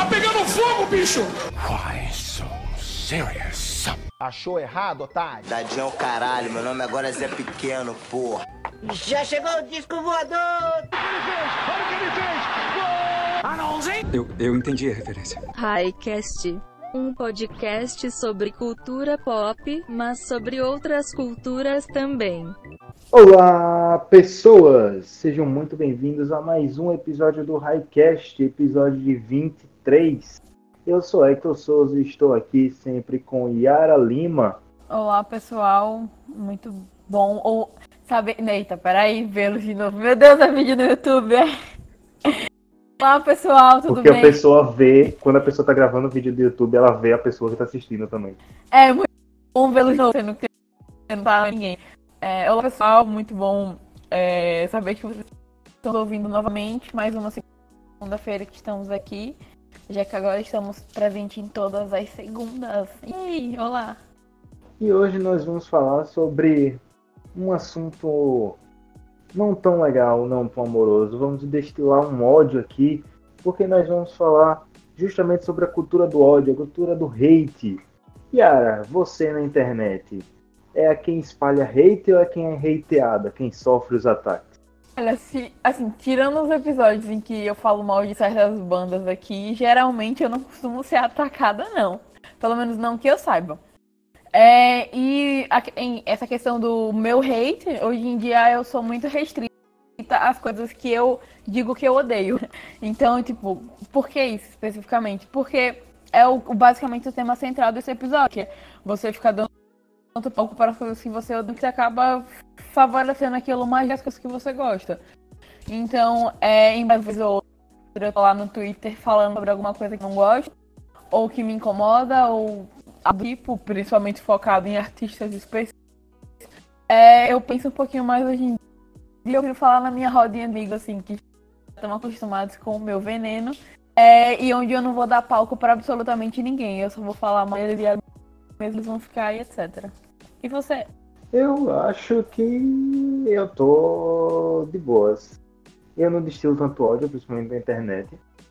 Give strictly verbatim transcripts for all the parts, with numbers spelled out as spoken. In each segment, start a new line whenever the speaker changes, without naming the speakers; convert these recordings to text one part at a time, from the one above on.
Tá pegando fogo, bicho!
Why so serious?
Achou errado, otário?
Tadinho é o caralho, meu nome agora é Zé Pequeno, porra.
Já chegou o disco voador!
Olha o que ele fez! Gol!
Arnoldzinho? Eu, eu entendi a referência.
Highcast, um podcast sobre cultura pop, mas sobre outras culturas também.
Olá, pessoas! Sejam muito bem-vindos a mais um episódio do Highcast, episódio de vinte e três. Eu sou Hector Souza e estou aqui sempre com Yara Lima.
Olá, pessoal. Muito bom. Ou saber. Eita, peraí, vê-los de novo. Meu Deus, é vídeo no YouTube. Olá, pessoal, tudo
Porque
bem?
Porque a pessoa vê, quando a pessoa está gravando o vídeo do YouTube, ela vê a pessoa que está assistindo também.
É muito bom vê-los de novo, sendo que não tá ninguém. É, olá, pessoal. Muito bom é, saber que vocês estão ouvindo novamente. Mais uma segunda-feira que estamos aqui. Já que agora estamos presentes em todas as segundas. E aí, olá!
E hoje nós vamos falar sobre um assunto não tão legal, não tão amoroso. Vamos destilar um ódio aqui, porque nós vamos falar justamente sobre a cultura do ódio, a cultura do hate. Yara, você na internet, é a quem espalha hate ou é quem é hateada, quem sofre os ataques?
Olha, se, assim, tirando os episódios em que eu falo mal de certas bandas aqui, geralmente eu não costumo ser atacada, não. Pelo menos não que eu saiba. É, e a, em, essa questão do meu hate, hoje em dia eu sou muito restrita às coisas que eu digo que eu odeio. Então, tipo, por que isso especificamente? Porque é o, basicamente o tema central desse episódio, que é você ficar dando tanto pouco para as coisas que você odeia, que você acaba favorecendo aquilo mais das coisas que você gosta. Então, é, em vez ou outra, eu tô lá no Twitter falando sobre alguma coisa que não gosto, ou que me incomoda, ou tipo, principalmente focado em artistas específicos. É, eu penso um pouquinho mais hoje em dia, eu prefiro falar na minha rodinha de amigos, assim, que estão acostumados com o meu veneno, é, e onde eu não vou dar palco para absolutamente ninguém, eu só vou falar mais e mesmo eles vão ficar e etcétera. E você?
Eu acho que eu tô de boas. Eu não destilo tanto ódio, principalmente na internet.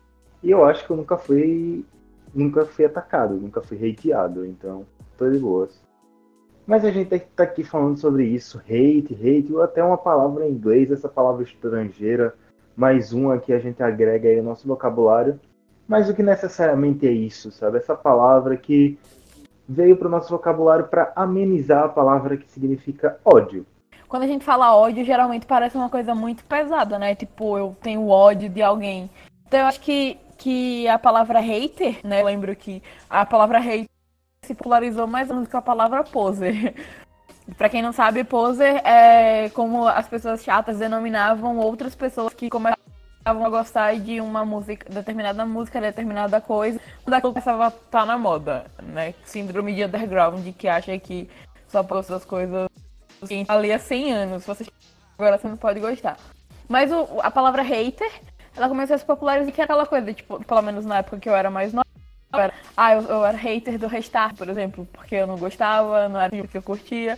E eu acho que eu nunca fui, nunca fui atacado, nunca fui hateado, então tô de boas. Mas a gente tá aqui falando sobre isso, hate, hate, ou até uma palavra em inglês, essa palavra estrangeira, mais uma que a gente agrega aí no nosso vocabulário. Mas o que necessariamente é isso, sabe? Essa palavra que veio para o nosso vocabulário para amenizar a palavra que significa ódio.
Quando a gente fala ódio, geralmente parece uma coisa muito pesada, né? Tipo, eu tenho ódio de alguém. Então eu acho que, que a palavra hater, né? Eu lembro que a palavra hater se popularizou mais ou menos com a palavra poser. Pra quem não sabe, poser é como as pessoas chatas denominavam outras pessoas que começavam a gostar de uma música, determinada música, determinada coisa, quando aquilo começava a estar na moda, né? Síndrome de underground, que acha que só posta as coisas que ali há cem anos, você agora você não pode gostar. Mas o, a palavra hater, ela começou a se popularizar, que é aquela coisa, tipo, pelo menos na época que eu era mais nova, eu era, ah, eu, eu era hater do Restart, por exemplo, porque eu não gostava, não era o que eu curtia.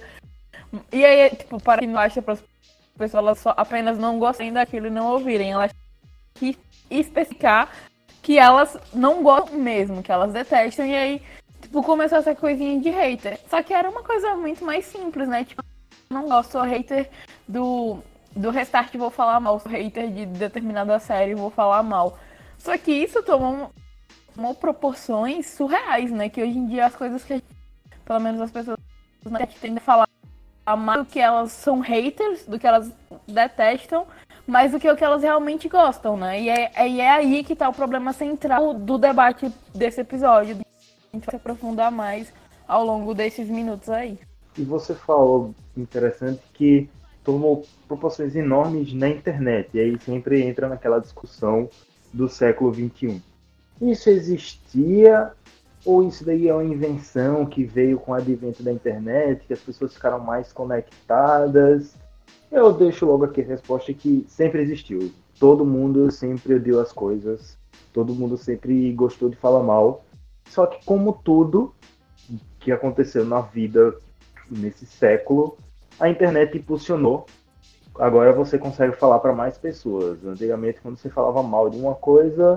E aí, tipo, para quem não acha, para as pessoas elas só apenas não gostem daquilo e não ouvirem, elas que especificar que elas não gostam mesmo, que elas detestam, e aí, tipo, começou essa coisinha de hater. Só que era uma coisa muito mais simples, né? Tipo, eu não gosto, sou hater do, do Restart, vou falar mal, sou hater de determinada série, vou falar mal. Só que isso tomou, tomou proporções surreais, né? Que hoje em dia as coisas que, pelo menos as pessoas na internet tendem a falar mais do que elas são haters, do que elas detestam, mais do que o que elas realmente gostam, né? E é, e é aí que tá o problema central do debate desse episódio. A gente vai se aprofundar mais ao longo desses minutos aí.
E você falou, interessante, que tomou proporções enormes na internet. E aí sempre entra naquela discussão do século vinte e um. Isso existia ou isso daí é uma invenção que veio com o advento da internet, que as pessoas ficaram mais conectadas? Eu deixo logo aqui a resposta que sempre existiu. Todo mundo sempre odiou as coisas, todo mundo sempre gostou de falar mal. Só que como tudo que aconteceu na vida nesse século, a internet impulsionou. Agora você consegue falar para mais pessoas. Antigamente, quando você falava mal de uma coisa,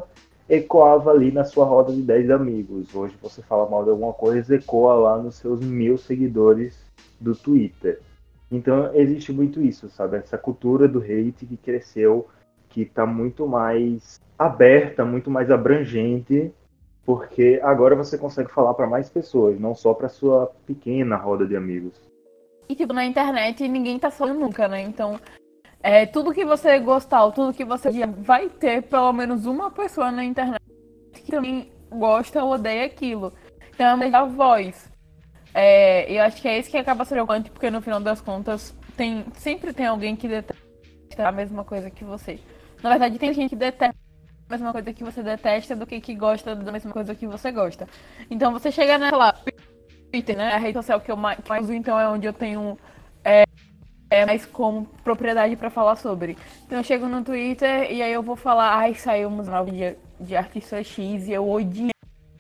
ecoava ali na sua roda de dez amigos. Hoje você fala mal de alguma coisa, ecoa lá nos seus mil seguidores do Twitter. Então existe muito isso, sabe? Essa cultura do hate que cresceu, que está muito mais aberta, muito mais abrangente, porque agora você consegue falar para mais pessoas, não só para sua pequena roda de amigos.
E tipo, na internet ninguém tá falando nunca, né? Então, é, tudo que você gostar, ou tudo que você odia, vai ter pelo menos uma pessoa na internet que também gosta ou odeia aquilo. Então é a voz. É, eu acho que é isso que acaba sendo preocupante, porque no final das contas tem, sempre tem alguém que detesta a mesma coisa que você. Na verdade, tem gente que detesta a mesma coisa que você detesta do que que gosta da mesma coisa que você gosta. Então você chega nela, Twitter, né? A rede social que eu mais, que mais uso, então é onde eu tenho é, é mais como propriedade para falar sobre. Então eu chego no Twitter e aí eu vou falar, ai, saiu uma nova de, de artista X e eu odiei.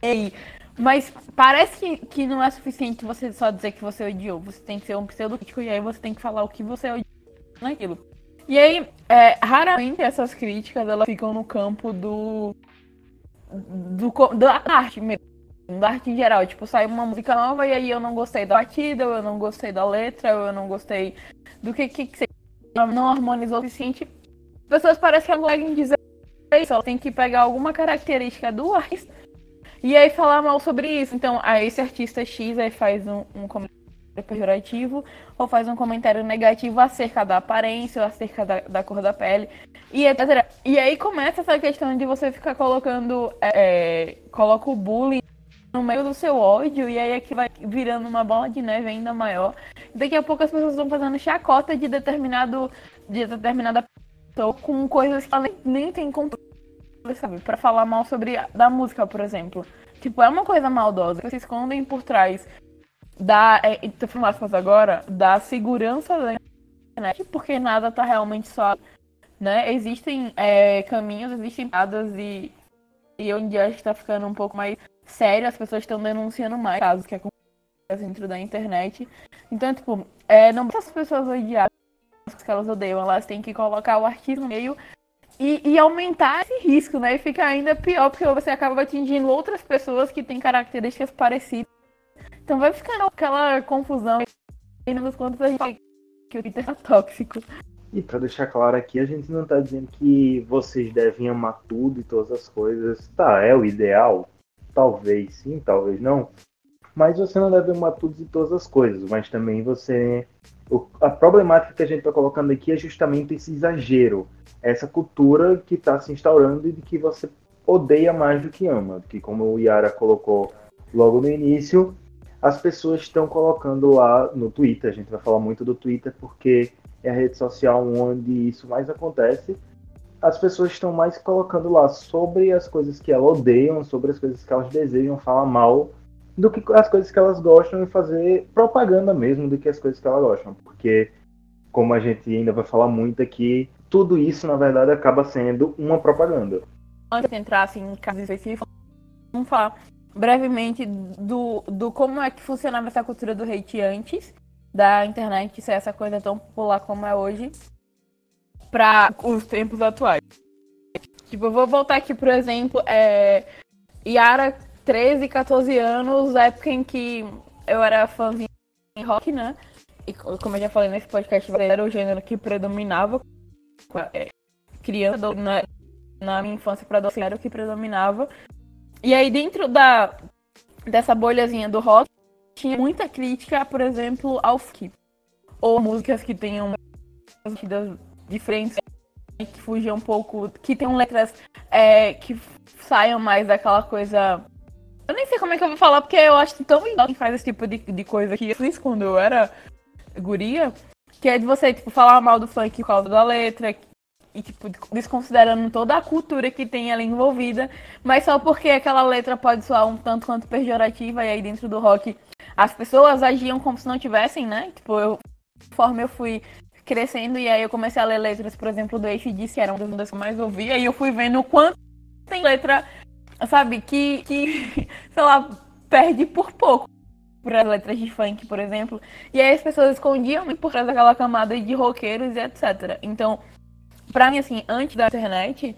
Mas parece que, que não é suficiente você só dizer que você odiou. Você tem que ser um pseudocrítico e aí você tem que falar o que você odiou naquilo. E aí, é, raramente essas críticas elas ficam no campo do, do da arte mesmo, da arte em geral. Tipo, sai uma música nova e aí eu não gostei da batida, ou eu não gostei da letra, ou eu não gostei do que que, que não harmonizou o suficiente. As pessoas parecem que não conseguem dizer isso, elas têm que pegar alguma característica do artista e aí falar mal sobre isso. Então, aí esse artista X aí faz um, um comentário pejorativo ou faz um comentário negativo acerca da aparência ou acerca da, da cor da pele e etcétera. E aí começa essa questão de você ficar colocando é, coloca o bullying no meio do seu ódio e aí aqui vai virando uma bola de neve ainda maior. Daqui a pouco as pessoas estão fazendo chacota de determinado de determinada pessoa com coisas que ela nem, nem tem controle, sabe? Pra falar mal sobre a, da música, por exemplo. Tipo, é uma coisa maldosa que se escondem por trás da, é, tô falando aspas agora, da segurança da internet, porque nada tá realmente só, né? Existem é, caminhos, existem piadas e, e hoje em dia acho que tá ficando um pouco mais sério, as pessoas estão denunciando mais casos que acontecem dentro da internet. Então, tipo, é, não basta as pessoas odiarem que elas odeiam, elas têm que colocar o artista no meio e, e aumentar esse risco, né? E fica ainda pior, porque você acaba atingindo outras pessoas que têm características parecidas. Então vai ficando aquela confusão e nos contos a gente fala que o Twitter é tóxico.
E pra deixar claro aqui, a gente não tá dizendo que vocês devem amar tudo e todas as coisas. Tá, é o ideal? Talvez sim, talvez não. Mas você não deve amar tudo e todas as coisas. Mas também você... A problemática que a gente tá colocando aqui é justamente esse exagero. Essa cultura que tá se instaurando e de que você odeia mais do que ama. Que como o Yara colocou logo no início... As pessoas estão colocando lá no Twitter, a gente vai falar muito do Twitter porque é a rede social onde isso mais acontece. As pessoas estão mais colocando lá sobre as coisas que elas odeiam, sobre as coisas que elas desejam falar mal, do que as coisas que elas gostam e fazer propaganda mesmo do que as coisas que elas gostam. Porque, como a gente ainda vai falar muito aqui, tudo isso, na verdade, acaba sendo uma propaganda.
Antes de entrar assim, em casos específicos, vamos falar brevemente do, do como é que funcionava essa cultura do hate antes da internet ser essa coisa tão popular como é hoje para os tempos atuais. Tipo, eu vou voltar aqui, por exemplo, é, Yara, treze, catorze anos, época em que eu era fãzinha de rock, né? E como eu já falei nesse podcast, era o gênero que predominava. É, criança, na, na minha infância para adolescência, era o que predominava. E aí, dentro da, dessa bolhazinha do rock, tinha muita crítica, por exemplo, ao funk. Ou músicas que tenham batidas diferentes, que fujam um pouco, que tenham letras é, que saiam mais daquela coisa... Eu nem sei como é que eu vou falar, porque eu acho tão legal quem faz esse tipo de, de coisa que eu fiz quando eu era guria, que é de você, tipo, falar mal do funk por causa da letra, e, tipo, desconsiderando toda a cultura que tem ali envolvida, mas só porque aquela letra pode soar um tanto quanto pejorativa, e aí dentro do rock as pessoas agiam como se não tivessem, né? Tipo, eu, conforme eu fui crescendo, e aí eu comecei a ler letras, por exemplo, do A C D C, que era uma das bandas que eu mais ouvia, e eu fui vendo o quanto tem letra, sabe, que, que sei lá, perde por pouco para as letras de funk, por exemplo, e aí as pessoas escondiam por trás daquela camada de roqueiros e etcétera. Então, pra mim, assim, antes da internet,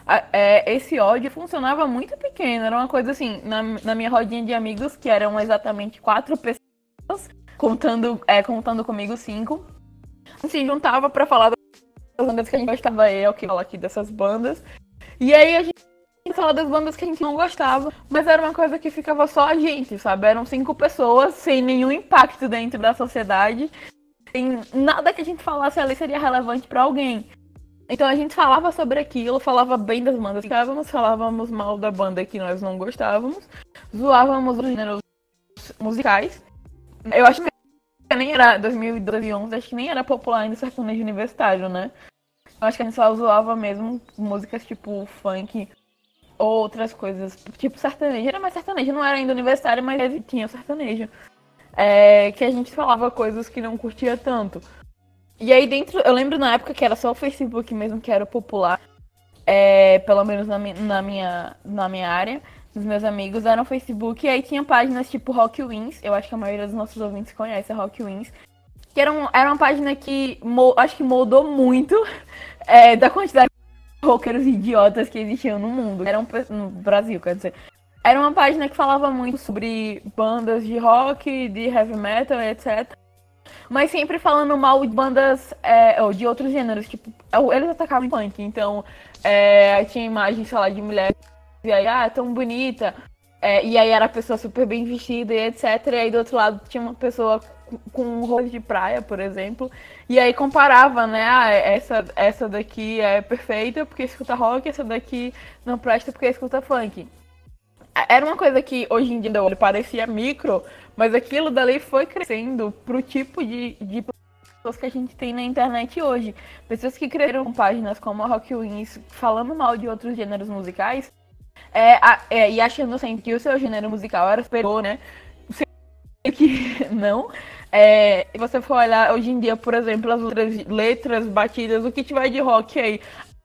a- é, esse ódio funcionava muito pequeno. Era uma coisa assim, na, na minha rodinha de amigos, que eram exatamente quatro pessoas, contando, é, contando comigo cinco, se juntava pra falar das bandas que a gente gostava. Eu que falo aqui dessas bandas. E aí a gente falava das bandas que a gente não gostava, mas era uma coisa que ficava só a gente, sabe? Eram cinco pessoas, sem nenhum impacto dentro da sociedade. Sem nada que a gente falasse ali seria relevante pra alguém. Então a gente falava sobre aquilo, falava bem das bandas que gostávamos, falávamos mal da banda que nós não gostávamos, zoávamos os gêneros musicais. Eu acho que nem era dois mil e doze, dois mil e onze, acho que nem era popular ainda o sertanejo universitário, né? Eu acho que a gente só zoava mesmo músicas tipo funk ou outras coisas, tipo sertanejo. Era mais sertanejo, não era ainda universitário, mas tinha o sertanejo. É, que a gente falava coisas que não curtia tanto. E aí dentro, eu lembro na época que era só o Facebook mesmo que era popular, é, pelo menos na, mi, na, minha, na minha área, dos meus amigos, era o Facebook, e aí tinha páginas tipo Rock Wins, eu acho que a maioria dos nossos ouvintes conhece a Rock Wins, que era, um, era uma página que mo, acho que moldou muito é, da quantidade de roqueiros idiotas que existiam no mundo, era um, no Brasil, quer dizer. Era uma página que falava muito sobre bandas de rock, de heavy metal, etcétera. Mas sempre falando mal de bandas é, ou de outros gêneros, tipo, eles atacavam punk, então é, tinha imagens, sei lá, de mulheres, e aí, ah, tão bonita, é, e aí era a pessoa super bem vestida e etcétera. E aí do outro lado tinha uma pessoa com, com roupa de praia, por exemplo, e aí comparava, né, ah, essa, essa daqui é perfeita porque escuta rock, essa daqui não presta porque escuta funk. Era uma coisa que hoje em dia parecia micro, mas aquilo dali foi crescendo pro tipo de, de pessoas que a gente tem na internet hoje. Pessoas que criaram páginas como a Rock Wins falando mal de outros gêneros musicais é, a, é, e achando sempre que o seu gênero musical era superior, né? Que não. É, se você for olhar hoje em dia, por exemplo, as outras letras, batidas, o que tiver de rock aí,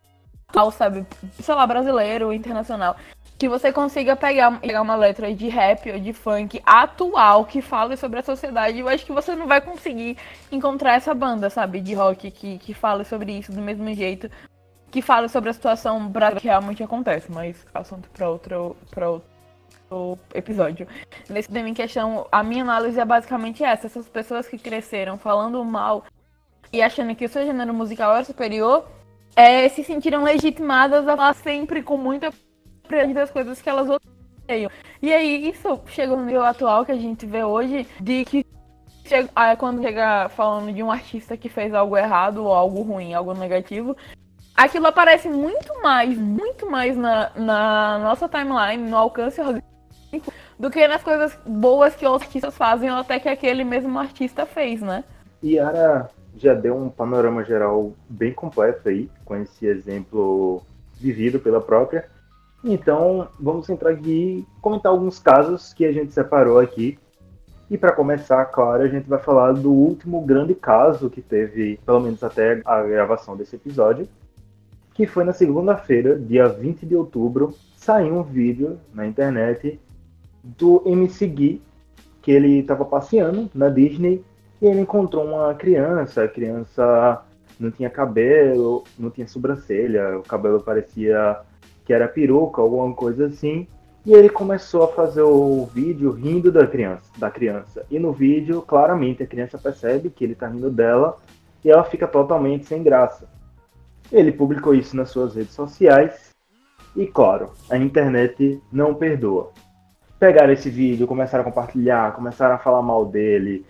sabe, sei lá, brasileiro, internacional, que você consiga pegar, pegar uma letra de rap ou de funk atual que fale sobre a sociedade, eu acho que você não vai conseguir encontrar essa banda, sabe, de rock que, que fale sobre isso do mesmo jeito, que fale sobre a situação brasileira que realmente acontece, mas assunto para outro, para outro episódio. Nesse tema em questão, a minha análise é basicamente essa: essas pessoas que cresceram falando mal e achando que o seu gênero musical era superior, é, se sentiram legitimadas a falar sempre com muita das coisas que elas odeiam. E aí isso chega no nível atual que a gente vê hoje, de que chega, ah, quando chega falando de um artista que fez algo errado ou algo ruim, algo negativo, aquilo aparece muito mais, muito mais na, na nossa timeline, no alcance orgânico, do que nas coisas boas que outros artistas fazem ou até que aquele mesmo artista fez, né?
Yara já deu um panorama geral bem completo aí, com esse exemplo vivido pela própria. Então, vamos entrar aqui e comentar alguns casos que a gente separou aqui. E para começar, claro, a gente vai falar do último grande caso que teve, pelo menos até a gravação desse episódio, que foi na segunda-feira, dia vinte de outubro, saiu um vídeo na internet do M C Gui, que ele estava passeando na Disney e ele encontrou uma criança. A criança não tinha cabelo, não tinha sobrancelha, o cabelo parecia que era peruca, alguma coisa assim, e ele começou a fazer o vídeo rindo da criança, da criança. E no vídeo, claramente, a criança percebe que ele tá rindo dela e ela fica totalmente sem graça. Ele publicou isso nas suas redes sociais e, claro, a internet não perdoa. Pegaram esse vídeo, começaram a compartilhar, começaram a falar mal dele,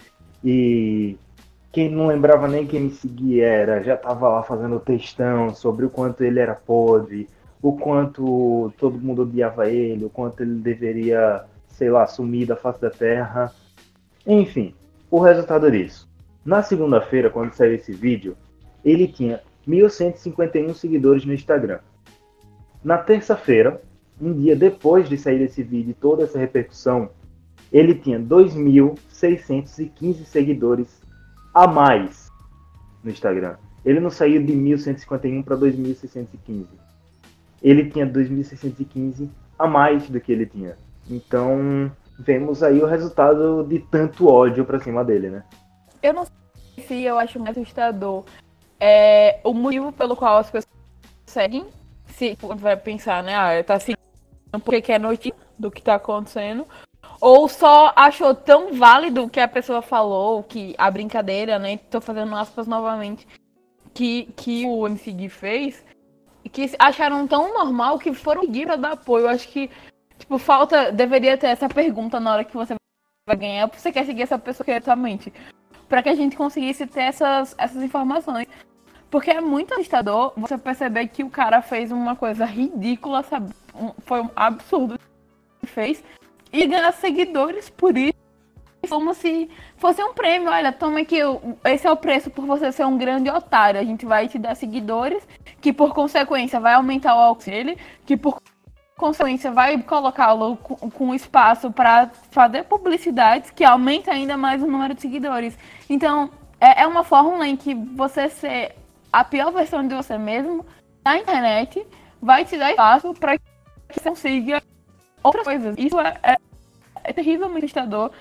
e quem não lembrava nem quem me seguia era, já tava lá fazendo textão sobre o quanto ele era podre, o quanto todo mundo odiava ele, o quanto ele deveria, sei lá, sumir da face da terra. Enfim, o resultado disso. Na segunda-feira, quando saiu esse vídeo, ele tinha mil cento e cinquenta e um seguidores no Instagram. Na terça-feira, um dia depois de sair esse vídeo e toda essa repercussão, ele tinha dois mil seiscentos e quinze seguidores a mais no Instagram. Ele não saiu de mil cento e cinquenta e um para dois mil seiscentos e quinze. Ele tinha dois mil seiscentos e quinze a mais do que ele tinha. Então, vemos aí o resultado de tanto ódio pra cima dele, né?
Eu não sei se eu acho mais assustador é, o motivo pelo qual as pessoas seguem, se vai pensar, né? Ah, tá seguindo porque quer notícia do que tá acontecendo. Ou só achou tão válido o que a pessoa falou, que a brincadeira, né? Tô fazendo aspas novamente, que, que o M C Gui fez, que acharam tão normal que foram seguir pra dar apoio. Eu acho que, tipo, falta, deveria ter essa pergunta na hora que você vai ganhar, você quer seguir essa pessoa diretamente, pra que a gente conseguisse ter essas, essas informações. Porque é muito assustador você perceber que o cara fez uma coisa ridícula, sabe? Um, foi um absurdo que fez. E ganhar seguidores por isso, como se fosse um prêmio. Olha, toma aqui, esse é o preço por você ser um grande otário. A gente vai te dar seguidores, que por consequência vai aumentar o alcance dele, que por consequência vai colocá-lo com, com espaço para fazer publicidades, que aumenta ainda mais o número de seguidores. Então, é, é uma fórmula em que você ser a pior versão de você mesmo na internet vai te dar espaço para que você consiga outras coisas. Isso é, é, é terrivelmente assustador.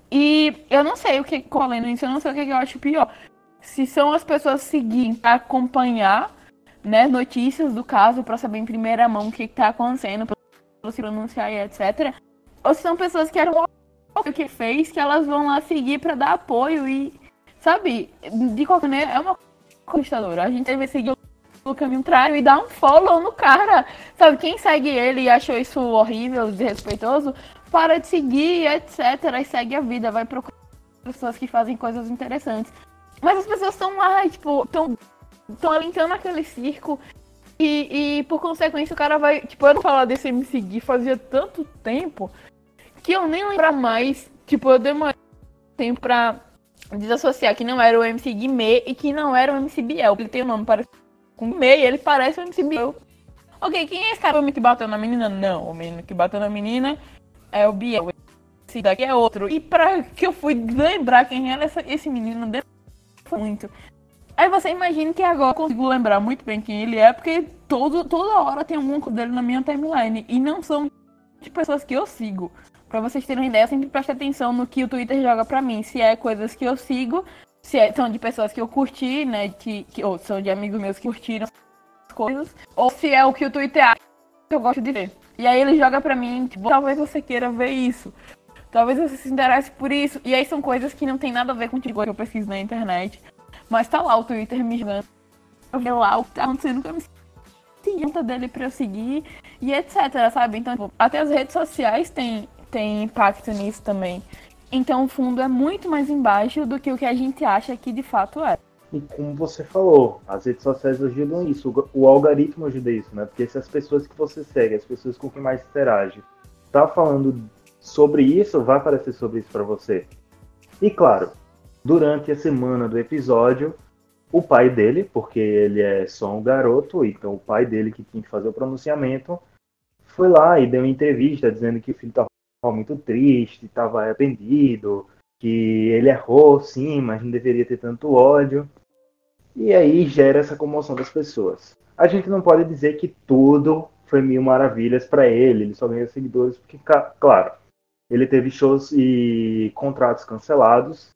E eu não sei o que, colhendo isso, eu não sei o que eu acho pior. Se são as pessoas seguirem para acompanhar, né, notícias do caso, para saber em primeira mão o que está acontecendo, para se pronunciar e etcétera. Ou se são pessoas que eram o que fez, que elas vão lá seguir para dar apoio e, sabe, de qualquer maneira, é uma coisa assustadora. A gente deve seguir no caminho contrário e dar um follow no cara, sabe? Quem segue ele e achou isso horrível, desrespeitoso, para de seguir, etcétera. E segue a vida, vai procurar pessoas que fazem coisas interessantes. Mas as pessoas estão lá, tipo, estão alentando aquele circo e, e por consequência o cara vai, tipo, eu não falar desse M C Gui fazia tanto tempo que eu nem lembro mais, tipo, eu demorei tempo pra desassociar que não era o M C Gui Me e que não era o M C Biel. Ele tem o nome parecido com o Me e ele parece o M C Biel. Ok, quem é esse cara? O menino que bateu na menina? Não, o menino que bateu na menina é o Biel. Esse daqui é outro. E pra que eu fui lembrar quem era essa, esse menino, foi muito. Aí você imagina que agora eu consigo lembrar muito bem quem ele é, porque todo, toda hora tem algum coisa dele na minha timeline. E não são de pessoas que eu sigo. Pra vocês terem uma ideia, sempre preste atenção no que o Twitter joga pra mim. Se é coisas que eu sigo, se é, são de pessoas que eu curti, né? Que, que, ou são de amigos meus que curtiram as coisas. Ou se é o que o Twitter acha que eu gosto de ver. E aí ele joga pra mim, tipo, talvez você queira ver isso. Talvez você se interesse por isso. E aí são coisas que não tem nada a ver com o que eu pesquiso na internet. Mas tá lá o Twitter me jogando. Eu ver lá o que tá acontecendo com a minha conta dele pra eu seguir e etcétera, sabe? Então, tipo, até as redes sociais têm, têm impacto nisso também. Então o fundo é muito mais embaixo do que o que a gente acha que de fato é.
E como você falou, as redes sociais ajudam isso, o algoritmo ajuda isso, né? Porque se as pessoas que você segue, as pessoas com quem mais interage, tá falando sobre isso, vai aparecer sobre isso para você. E claro, durante a semana do episódio, o pai dele, porque ele é só um garoto, então o pai dele que tinha que fazer o pronunciamento, foi lá e deu uma entrevista dizendo que o filho estava muito triste, estava arrependido, que ele errou sim, mas não deveria ter tanto ódio. E aí gera essa comoção das pessoas. A gente não pode dizer que tudo foi mil maravilhas para ele, ele só ganhou seguidores porque, claro, ele teve shows e contratos cancelados,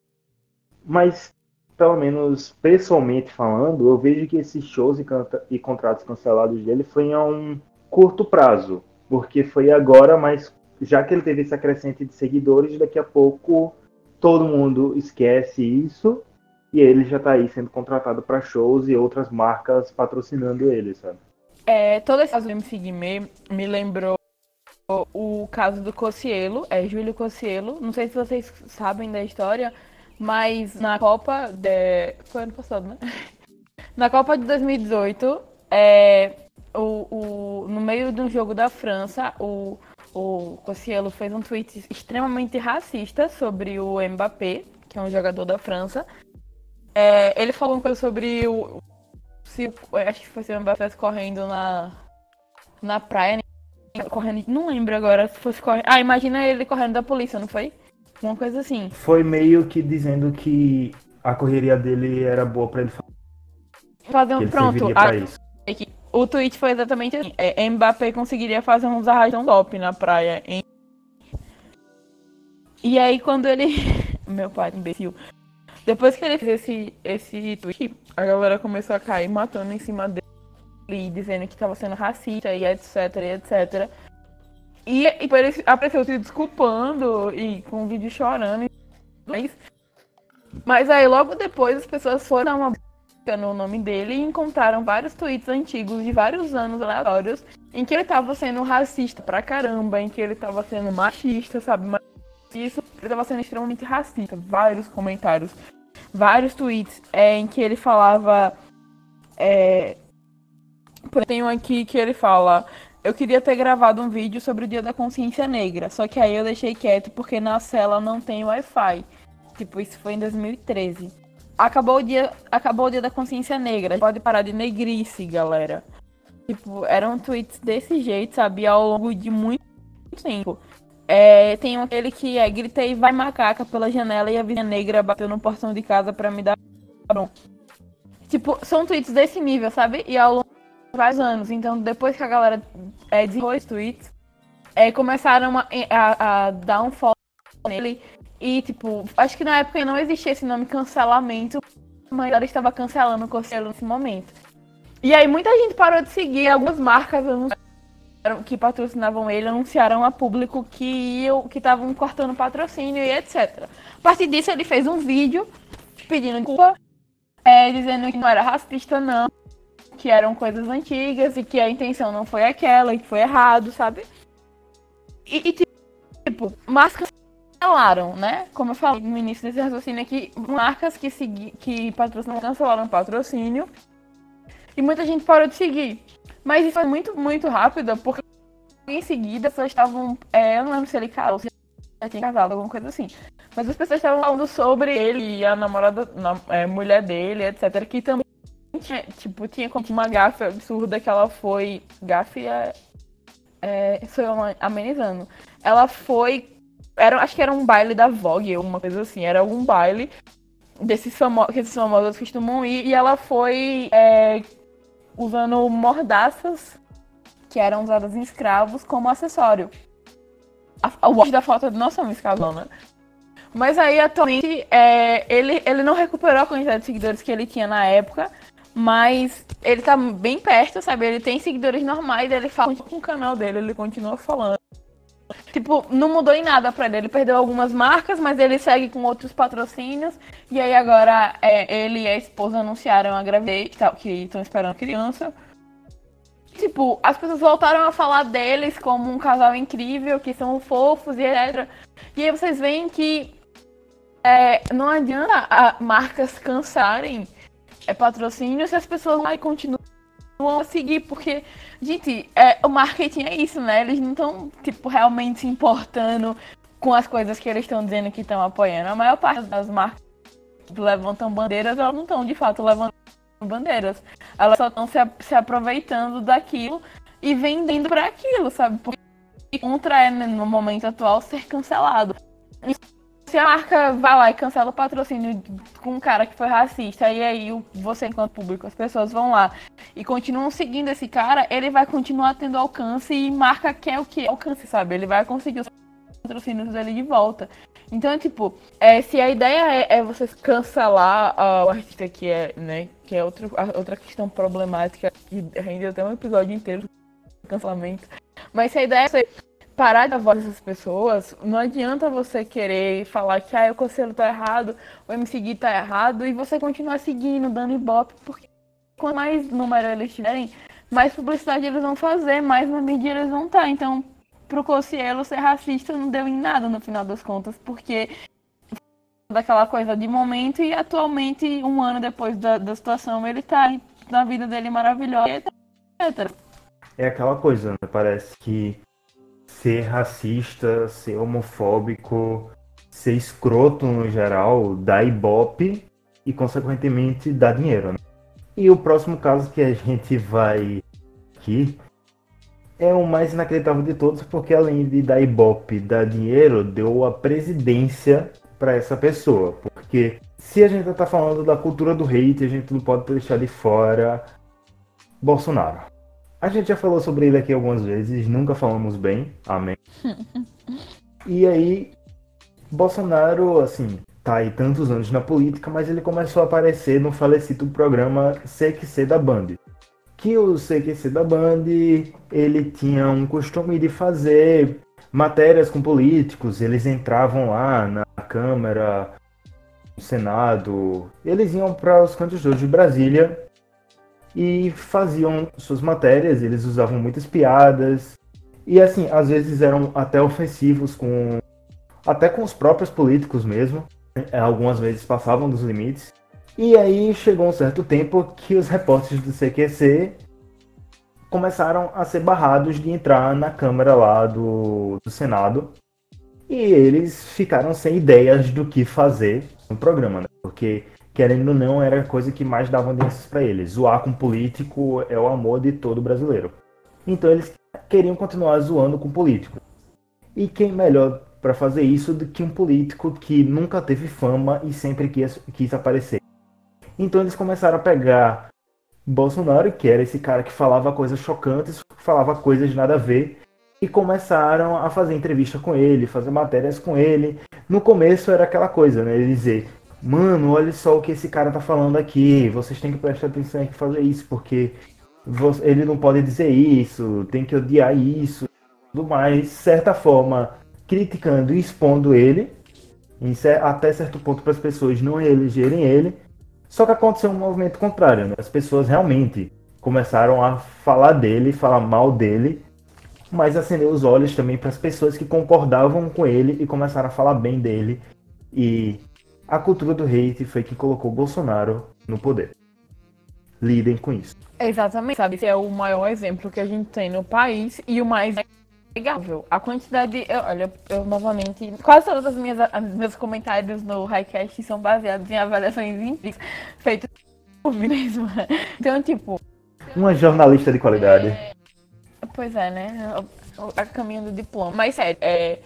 mas, pelo menos pessoalmente falando, eu vejo que esses shows e, canta- e contratos cancelados dele foi a um curto prazo, porque foi agora, mas já que ele teve esse acrescente de seguidores, daqui a pouco todo mundo esquece isso e ele já tá aí sendo contratado para shows e outras marcas patrocinando ele, sabe?
É, todo esse caso do M C Gui Me me lembrou o caso do Cocielo, é Júlio Cocielo. Não sei se vocês sabem da história, mas na Copa de... foi ano passado, né? Na Copa de dois mil e dezoito, é, o, o, no meio de um jogo da França, o, o Cocielo fez um tweet extremamente racista sobre o Mbappé, que é um jogador da França. É, ele falou uma coisa sobre o... Se, acho que foi se o Mbappé correndo na, na praia, correndo, não lembro agora se fosse correndo. Ah, imagina ele correndo da polícia, não foi? Uma coisa assim.
Foi meio que dizendo que a correria dele era boa pra ele
fazer um pronto.
A...
O tweet foi exatamente assim. É, Mbappé conseguiria fazer uns arrastão top na praia, hein? E aí quando ele... Meu pai, imbecil. Depois que ele fez esse, esse tweet, a galera começou a cair matando em cima dele. dizendo que estava sendo racista e etc, e etcétera. E, e ele apareceu se desculpando e com um vídeo chorando. Mas, mas aí logo depois as pessoas foram dar uma busca no nome dele e encontraram vários tweets antigos de vários anos aleatórios em que ele estava sendo racista pra caramba, em que ele estava sendo machista, sabe? Mas isso, ele estava sendo extremamente racista. Vários comentários, vários tweets é, em que ele falava... É, tem um aqui que ele fala: eu queria ter gravado um vídeo sobre o Dia da Consciência Negra, só que aí eu deixei quieto porque na cela não tem Wi-Fi. Tipo, isso foi em dois mil e treze. Acabou o dia, acabou o Dia da Consciência Negra, pode parar de negrice, galera. Tipo, eram tweets desse jeito, sabe, ao longo de muito tempo. É, tem aquele que é: gritei vai macaca pela janela e a vizinha negra bateu no portão de casa pra me dar bom. Tipo, são tweets desse nível, sabe? E ao longo de vários anos. Então, depois que a galera é, desenrolou os tweets, é, começaram a, a, a dar um follow nele. E, tipo, acho que na época não existia esse nome cancelamento, mas ela estava cancelando o Cossielo nesse momento. E aí muita gente parou de seguir. Algumas marcas anunciaram, que patrocinavam ele anunciaram a público que que estavam cortando patrocínio e etcétera. A partir disso, ele fez um vídeo pedindo desculpa. É, dizendo que não era racista, não, que eram coisas antigas e que a intenção não foi aquela, e que foi errado, sabe? E, e tipo, marcas cancelaram, né? Como eu falei no início desse raciocínio aqui, marcas que, segui, que patrocinam cancelaram o patrocínio e muita gente parou de seguir. Mas isso foi muito, muito rápido, porque em seguida as pessoas estavam, é, eu não lembro se ele casou, se já tinha casado, alguma coisa assim. Mas as pessoas estavam falando sobre ele e a namorada, na, é, mulher dele, etcétera. Que também tinha, tipo, tinha uma gafe absurda que ela foi... Gafe é... é sou eu amenizando. Ela foi... Era, acho que era um baile da Vogue, alguma coisa assim. Era algum baile desses famo- que esses famosos costumam ir. E ela foi é, usando mordaças que eram usadas em escravos como acessório. A, o watch da foto não são escravos, né? Mas aí, atualmente, é, ele, ele não recuperou a quantidade de seguidores que ele tinha na época, mas ele tá bem perto, sabe? Ele tem seguidores normais, ele fala com o canal dele, ele continua falando. Tipo, não mudou em nada pra ele. Ele perdeu algumas marcas, mas ele segue com outros patrocínios. E aí agora, é, ele e a esposa anunciaram a gravidez, que estão esperando criança. Tipo, as pessoas voltaram a falar deles como um casal incrível, que são fofos e etcétera. E aí vocês veem que é, não adianta a marcas cansarem é, patrocínio se as pessoas lá continuam a seguir, porque, gente, é, o marketing é isso, né? Eles não estão, tipo, realmente se importando com as coisas que eles estão dizendo que estão apoiando. A maior parte das marcas que levantam bandeiras, elas não estão, de fato, levantando bandeiras. Elas só estão se, se aproveitando daquilo e vendendo para aquilo, sabe? Porque contra é, no momento atual, ser cancelado. E se a marca vai lá e cancela o patrocínio com um cara que foi racista, e aí você, enquanto público, as pessoas vão lá e continuam seguindo esse cara, ele vai continuar tendo alcance e marca quer o que alcance, sabe? Ele vai conseguir os patrocínios dele de volta. Então, tipo, é, se a ideia é, é você cancelar uh, o artista, que é, né, que é outro, outra questão problemática, que rendeu até um episódio inteiro de cancelamento, mas se a ideia é você parar de dar voz dessas pessoas, não adianta você querer falar que ah, o Cossielo tá errado, o M C Gui tá errado, e você continuar seguindo, dando ibope, porque quanto mais número eles tiverem, mais publicidade eles vão fazer, mais na mídia eles vão estar. Então, pro Cossielo ser racista não deu em nada no final das contas, porque daquela coisa de momento, e atualmente, um ano depois da, da situação, ele tá na vida dele maravilhosa, etcétera.
É aquela coisa, né? Parece que ser racista, ser homofóbico, ser escroto no geral, dá ibope e, consequentemente, dá dinheiro, né? E o próximo caso que a gente vai aqui é o mais inacreditável de todos, porque além de dar ibope, dar dinheiro, deu a presidência para essa pessoa. Porque se a gente tá falando da cultura do hate, a gente não pode deixar de fora Bolsonaro. A gente já falou sobre ele aqui algumas vezes, nunca falamos bem, amém. E aí, Bolsonaro, assim, tá aí tantos anos na política, mas ele começou a aparecer no falecido programa C Q C da Band, que o C Q C da Band, ele tinha um costume de fazer matérias com políticos, eles entravam lá na Câmara, no Senado, eles iam para os cantos todos de Brasília e faziam suas matérias, eles usavam muitas piadas, e assim, às vezes eram até ofensivos com até com os próprios políticos mesmo, algumas vezes passavam dos limites. E aí chegou um certo tempo que os repórteres do C Q C começaram a ser barrados de entrar na Câmara lá do, do Senado, e eles ficaram sem ideias do que fazer no programa, né? Porque, querendo ou não, era a coisa que mais dava audiências para eles. Zoar com político é o amor de todo brasileiro. Então eles queriam continuar zoando com político. E quem melhor para fazer isso do que um político que nunca teve fama e sempre quis, quis aparecer? Então eles começaram a pegar Bolsonaro, que era esse cara que falava coisas chocantes, falava coisas de nada a ver, e começaram a fazer entrevista com ele, fazer matérias com ele. No começo era aquela coisa, né? Ele dizer, mano, olha só o que esse cara tá falando aqui, vocês têm que prestar atenção aqui e fazer isso, porque ele não pode dizer isso, tem que odiar isso, tudo mais, de certa forma, criticando e expondo ele, até certo ponto para as pessoas não reelegerem ele. Só que aconteceu um movimento contrário, né? As pessoas realmente começaram a falar dele, falar mal dele, mas acendeu os olhos também para as pessoas que concordavam com ele e começaram a falar bem dele. E a cultura do hate foi que colocou Bolsonaro no poder. Lidem com isso.
Exatamente, sabe? Esse é o maior exemplo que a gente tem no país e o mais negável. A quantidade, eu, olha, eu novamente, quase todas as minhas as meus comentários no Highcast são baseados em avaliações empíricas feitas por mim mesma. Então, tipo,
uma jornalista de qualidade.
É, pois é, né? A caminho do diploma. Mas sério, é,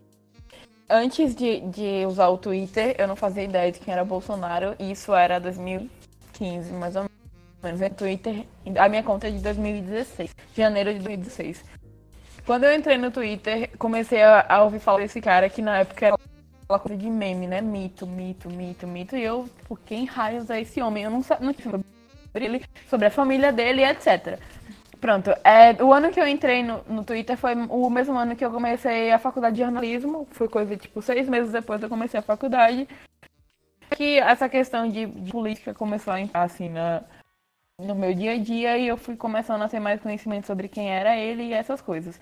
antes de, de usar o Twitter, eu não fazia ideia de quem era Bolsonaro, e isso era dois mil e quinze, mais ou menos. O Twitter, a minha conta é de dois mil e dezesseis, janeiro de dois mil e dezesseis. Quando eu entrei no Twitter, comecei a, a ouvir falar desse cara que na época era aquela coisa de meme, né? Mito, mito, mito, mito. E eu, por quem raios é esse homem? Eu não sabia não tinha sobre ele, sobre a família dele, etcétera. Pronto, é, o ano que eu entrei no, no Twitter foi o mesmo ano que eu comecei a faculdade de jornalismo. Foi coisa, tipo, seis meses depois eu comecei a faculdade. Que essa questão de, de política começou a entrar, assim, na, no meu dia a dia. E eu fui começando a ter mais conhecimento sobre quem era ele e essas coisas.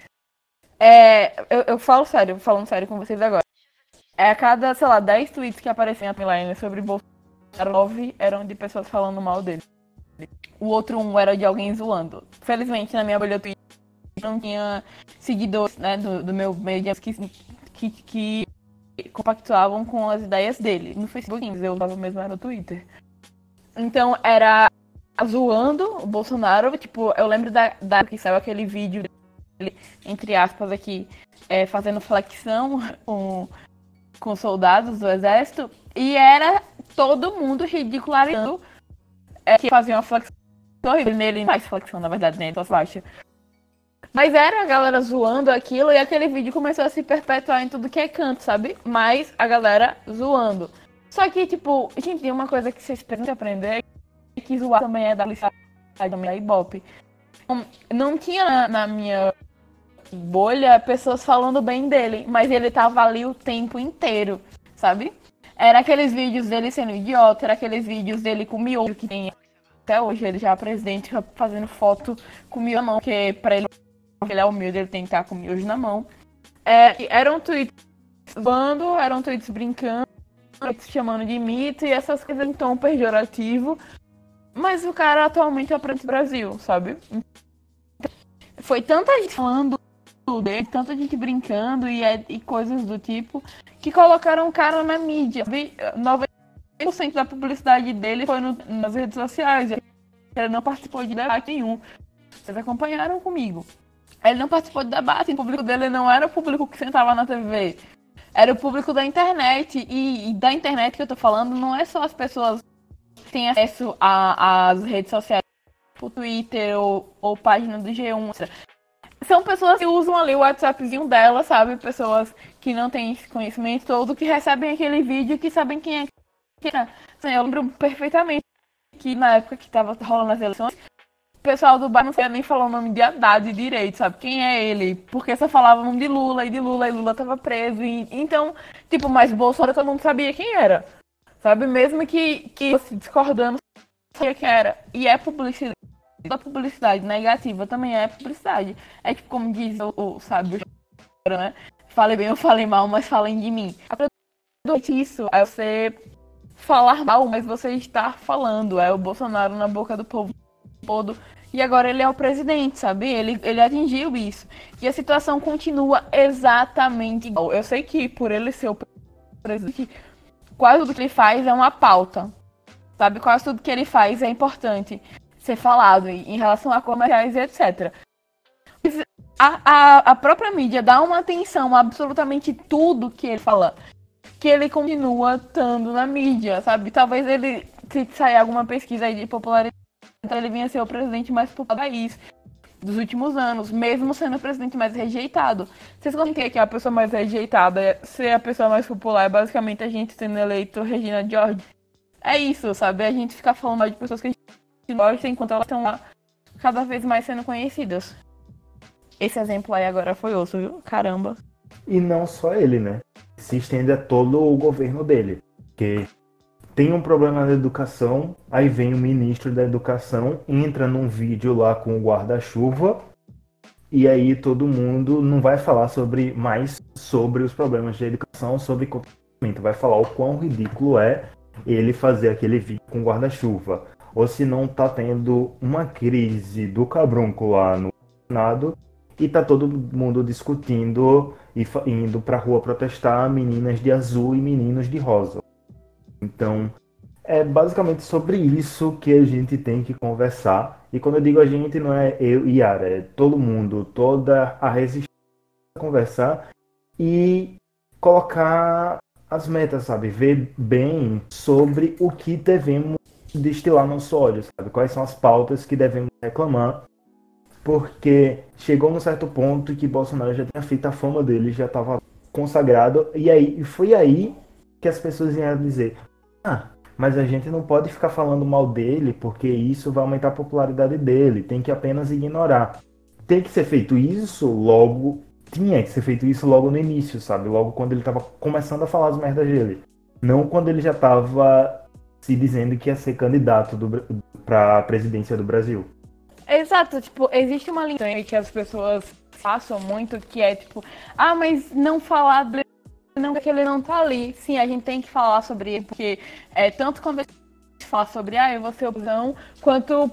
É, eu, eu falo sério, falando sério com vocês agora. É, a cada, sei lá, dez tweets que apareciam na timeline sobre Bolsonaro, nove eram de pessoas falando mal dele. O outro um era de alguém zoando. Felizmente, na minha bolha Twitter, não tinha seguidores, né, do, do meu meio de que, que, que compactuavam com as ideias dele. No Facebook, eu usava mesmo, era no Twitter. Então, era zoando o Bolsonaro. Tipo, eu lembro da, da que saiu aquele vídeo dele, entre aspas, aqui, é, fazendo flexão com, com soldados do exército. E era todo mundo ridicularizando. É, que fazia uma flexão horrível nele, não faz flexão, na verdade, né? Só baixa. Mas era a galera zoando aquilo e aquele vídeo começou a se perpetuar em tudo que é canto, sabe? Mas a galera zoando. Só que, tipo, gente, tem uma coisa que vocês precisam aprender, é que zoar também é da publicidade, também é Ibope. Não tinha na, na minha bolha pessoas falando bem dele, mas ele tava ali o tempo inteiro, sabe? Era aqueles vídeos dele sendo idiota, era aqueles vídeos dele com miojo, que tem até hoje, ele já é presidente, fazendo foto com miojo na mão, porque pra ele, ele é humilde, ele tem que estar com miojo na mão. É, eram tweets zoando, eram tweets brincando, tweets chamando de mito e essas coisas em tom pejorativo. Mas o cara atualmente é o presidente do Brasil, sabe? Foi tanta gente falando dele, tanta gente brincando e, e coisas do tipo, que colocaram o cara na mídia. noventa por cento da publicidade dele foi no, nas redes sociais. Ele não participou de debate nenhum. Vocês acompanharam comigo. Ele não participou de debate. O público dele não era o público que sentava na T V. Era o público da internet. E, e da internet que eu tô falando não é só as pessoas que têm acesso às redes sociais, o Twitter ou, ou página do G um. São pessoas que usam ali o WhatsAppzinho dela, sabe? Pessoas que não têm esse conhecimento todo, que recebem aquele vídeo, que sabem quem é que é. Eu lembro perfeitamente que na época que tava rolando as eleições, pessoal do bairro não sabia nem falar o nome de Haddad direito, sabe? Quem é ele? Porque só falava o nome de Lula e de Lula e Lula tava preso. E, então, tipo, mas Bolsonaro todo mundo sabia quem era. Sabe? Mesmo que, que fosse discordando, sabia quem era. E é publicidade. A publicidade negativa também é publicidade. É tipo, como diz o, o sábio, né? Falei bem ou falei mal, mas falem de mim. Isso é você falar mal, mas você estar falando. É o Bolsonaro na boca do povo todo. E agora ele é o presidente, sabe? Ele, ele atingiu isso. E a situação continua exatamente igual. Eu sei que por ele ser o presidente, quase tudo que ele faz é uma pauta. Sabe? Quase tudo que ele faz é importante ser falado em relação a comerciais e etcétera. A, a, a própria mídia dá uma atenção a absolutamente tudo que ele fala, que ele continua estando na mídia, sabe? Talvez ele, se sair alguma pesquisa aí de popularidade, ele venha ser o presidente mais popular do país dos últimos anos, mesmo sendo o presidente mais rejeitado. Vocês conseguem que a pessoa mais rejeitada ser a pessoa mais popular é basicamente a gente tendo eleito Regina George? É isso, sabe? A gente ficar falando mal de pessoas que a gente gosta enquanto elas estão lá cada vez mais sendo conhecidas. Esse exemplo aí agora foi osso, viu? Caramba.
E não só ele, né? Se estende a todo o governo dele. Porque tem um problema na educação, aí vem o ministro da educação, entra num vídeo lá com o guarda-chuva, e aí todo mundo não vai falar sobre mais sobre os problemas de educação, sobre comportamento. Vai falar o quão ridículo é ele fazer aquele vídeo com guarda-chuva. Ou se não tá tendo uma crise do cabrunco lá no Senado, e tá todo mundo discutindo e indo pra rua protestar, meninas de azul e meninos de rosa. Então, é basicamente sobre isso que a gente tem que conversar. E quando eu digo a gente, não é eu e Yara, é todo mundo, toda a resistência a conversar e colocar as metas, sabe? Ver bem sobre o que devemos destilar nosso ódio, sabe? Quais são as pautas que devemos reclamar. Porque chegou num certo ponto que Bolsonaro já tinha feito a fama dele, já estava consagrado, e aí foi aí que as pessoas iam dizer: ah, mas a gente não pode ficar falando mal dele, porque isso vai aumentar a popularidade dele, tem que apenas ignorar. Tem que ser feito isso logo, tinha que ser feito isso logo no início, sabe? Logo quando ele estava começando a falar as merdas dele. Não quando ele já estava se dizendo que ia ser candidato para a presidência do Brasil.
Exato, tipo, existe uma linha que as pessoas passam muito, que é tipo, ah, mas não falar dele, não, porque ele não tá ali. Sim, a gente tem que falar sobre ele, porque é, tanto quando a gente fala sobre, ah, eu vou ser oposição, quanto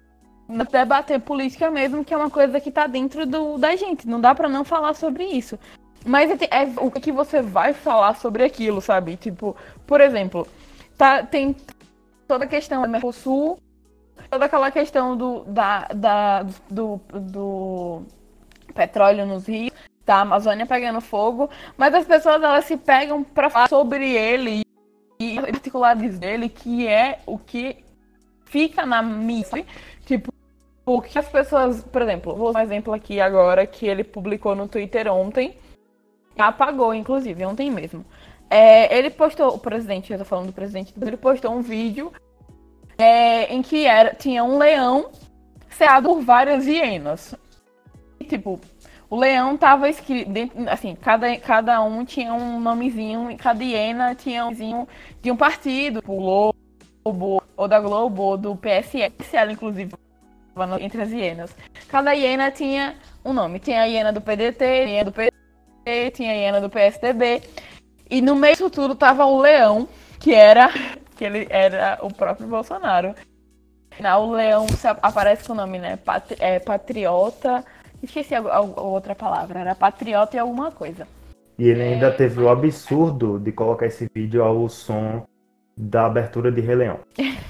debater política mesmo, que é uma coisa que tá dentro do, da gente, não dá pra não falar sobre isso. Mas é, é o que você vai falar sobre aquilo, sabe? Tipo, por exemplo, tá, tem toda a questão do Mercosul, toda aquela questão do, da, da, do, do petróleo nos rios, da Amazônia pegando fogo, mas as pessoas elas se pegam pra falar sobre ele e particulares dele, que é o que fica na mídia. Tipo, o que as pessoas, por exemplo, vou dar um exemplo aqui agora que ele publicou no Twitter ontem, apagou inclusive, ontem mesmo. É, ele postou, o presidente, eu tô falando do presidente, ele postou um vídeo É, em que era, tinha um leão cercado por várias hienas. E, tipo, o leão tava escrito, assim, cada, cada um tinha um nomezinho, e cada hiena tinha um nomezinho de um partido, tipo, Globo, ou da Globo, ou do P S L, inclusive, entre as hienas. Cada hiena tinha um nome. Tinha a hiena do P D T, a hiena do P D T, tinha a hiena do P S D B. E no meio disso tudo tava o leão, que era... que ele era o próprio Bolsonaro. O leão aparece com o nome, né? Patri- é, patriota. Esqueci a, a, a outra palavra. Era patriota e alguma coisa.
E ele ainda é... teve o absurdo de colocar esse vídeo ao som da abertura de Rei Leão.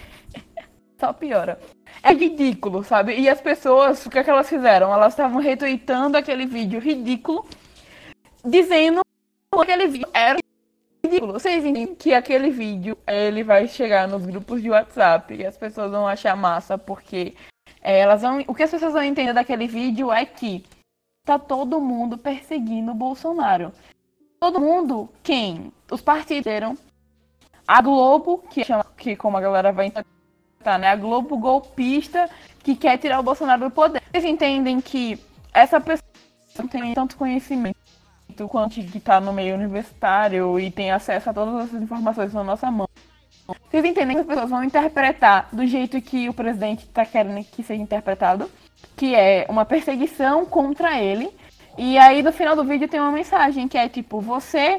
Só piora. É ridículo, sabe? E as pessoas, o que é que elas fizeram? Elas estavam retweetando aquele vídeo ridículo, dizendo que aquele vídeo era ridículo. Vocês entendem que aquele vídeo ele vai chegar nos grupos de WhatsApp e as pessoas vão achar massa porque é, elas vão. O que as pessoas vão entender daquele vídeo é que tá todo mundo perseguindo o Bolsonaro. Todo mundo, quem? Os partidos, a Globo, que, chama, que como a galera vai entender, tá, né? A Globo golpista que quer tirar o Bolsonaro do poder. Vocês entendem que essa pessoa não tem tanto conhecimento quanto que tá no meio universitário e tem acesso a todas essas informações na nossa mão. Vocês entendem que as pessoas vão interpretar do jeito que o presidente tá querendo que seja interpretado, que é uma perseguição contra ele. E aí no final do vídeo tem uma mensagem que é tipo, você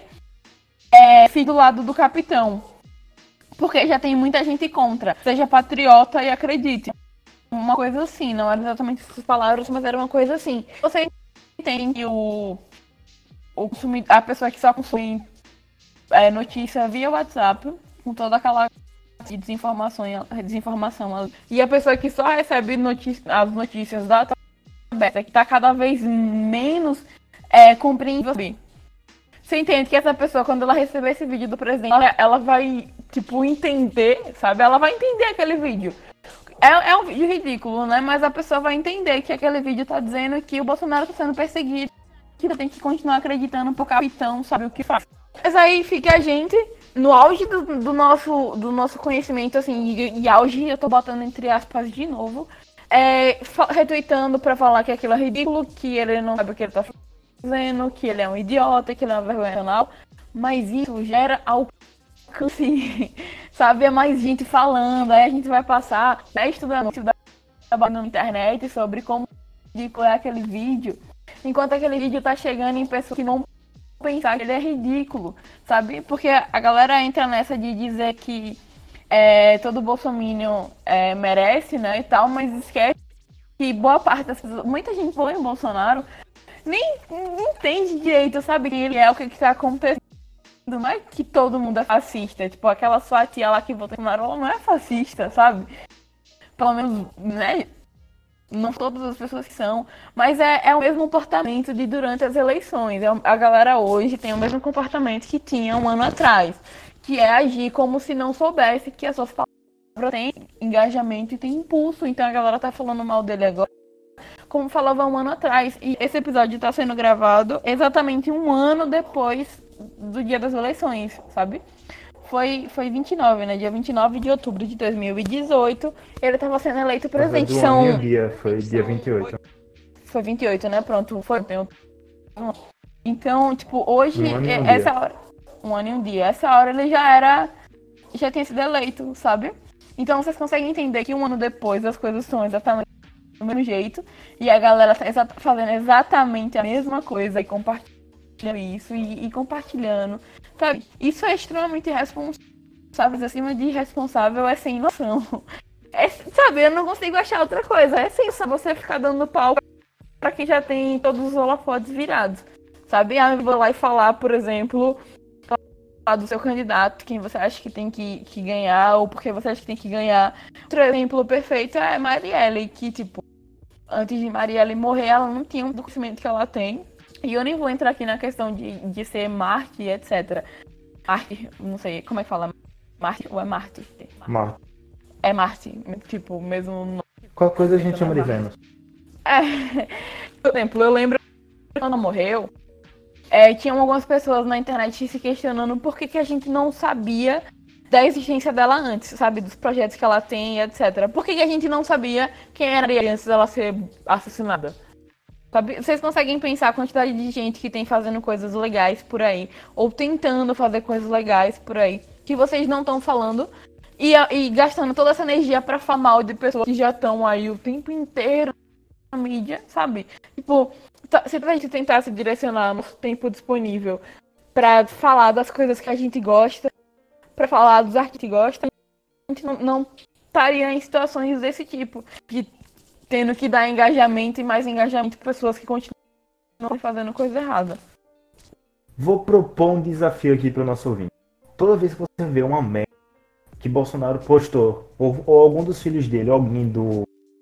é filho do lado do capitão. Porque já tem muita gente contra. Seja patriota e acredite. Uma coisa assim, não eram exatamente essas palavras, mas era uma coisa assim. Você entende que o, o a pessoa que só consome é, notícia via WhatsApp, com toda aquela desinformação, desinformação. E a pessoa que só recebe notícia, as notícias da aberta, que tá cada vez menos é, compreendível. Você entende que essa pessoa, quando ela receber esse vídeo do presidente, ela, ela vai, tipo, entender, sabe? Ela vai entender aquele vídeo. É, é um vídeo ridículo, né? Mas a pessoa vai entender que aquele vídeo tá dizendo que o Bolsonaro tá sendo perseguido, que tem que continuar acreditando pro capitão, sabe o que faz. Mas aí fica a gente, no auge do, do, nosso, do nosso conhecimento, assim, e, e auge, eu tô botando entre aspas de novo, é, retweetando pra falar que aquilo é ridículo, que ele não sabe o que ele tá fazendo, que ele é um idiota, que ele é uma vergonha nacional, mas isso gera alcance, sabe? É mais gente falando, aí a gente vai passar, né, estudando, estudando na internet sobre como ridículo é aquele vídeo, enquanto aquele vídeo tá chegando em pessoas que não pensar que ele é ridículo, sabe? Porque a galera entra nessa de dizer que é, todo bolsominion é, merece, né, e tal, mas esquece que boa parte das pessoas, muita gente foi em Bolsonaro, nem, nem entende direito, sabe quem ele é, o que que tá acontecendo. Não é que todo mundo é fascista, tipo, aquela sua tia lá que votou em Bolsonaro, ela não é fascista, sabe? Pelo menos, né, não todas as pessoas que são, mas é, é o mesmo comportamento de durante as eleições. É, a galera hoje tem o mesmo comportamento que tinha um ano atrás, que é agir como se não soubesse que as suas palavras têm engajamento e têm impulso, então a galera tá falando mal dele agora, como falava um ano atrás. E esse episódio tá sendo gravado exatamente um ano depois do dia das eleições, sabe? Foi, foi vinte e nove, né? Dia vinte e nove de outubro de dois mil e dezoito, ele tava sendo eleito presidente.
Do
São...
ano e o dia, foi dia vinte e oito.
Foi vinte e oito, né? Pronto, foi. Então, tipo, hoje,
Um ano e um
essa
dia.
hora... Um ano e um dia. Essa hora ele já era... Já tinha sido eleito, sabe? Então vocês conseguem entender que um ano depois as coisas são exatamente do mesmo jeito. E a galera tá exa- fazendo exatamente a mesma coisa e compartilhando isso e, e compartilhando, sabe? Isso é extremamente irresponsável, acima de irresponsável é sem noção. É, sabe, eu não consigo achar outra coisa. É sem noção você ficar dando pau pra quem já tem todos os holofotes virados, sabe? Ah, eu vou lá e falar, por exemplo, falar do seu candidato, quem você acha que tem que, que ganhar, ou porque você acha que tem que ganhar. Outro exemplo perfeito é a Marielle, que, tipo, antes de Marielle morrer, ela não tinha o conhecimento que ela tem. E eu nem vou entrar aqui na questão de, de ser Marte, etcétera. Marte, não sei, como é que fala? Marte ou é Marte?
Marte.
É Marte, tipo, mesmo nome.
Qualquer coisa a gente chama de Vênus.
É, por exemplo, eu lembro que quando ela morreu, é, tinham algumas pessoas na internet se questionando por que, que a gente não sabia da existência dela antes, sabe? Dos projetos que ela tem, etcétera. Por que, que a gente não sabia quem era ela antes dela ser assassinada? Sabe? Vocês conseguem pensar a quantidade de gente que tem fazendo coisas legais por aí, ou tentando fazer coisas legais por aí, que vocês não estão falando, e, e gastando toda essa energia pra falar mal de pessoas que já estão aí o tempo inteiro na mídia, sabe? Tipo, se a gente tentasse direcionar nosso tempo disponível pra falar das coisas que a gente gosta, pra falar dos artistas que gosta, a gente não, não estaria em situações desse tipo, de tendo que dar engajamento e mais engajamento para pessoas que continuam fazendo coisa errada.
Vou propor um desafio aqui para o nosso ouvinte. Toda vez que você vê uma merda que Bolsonaro postou, ou, ou algum dos filhos dele, ou alguém do,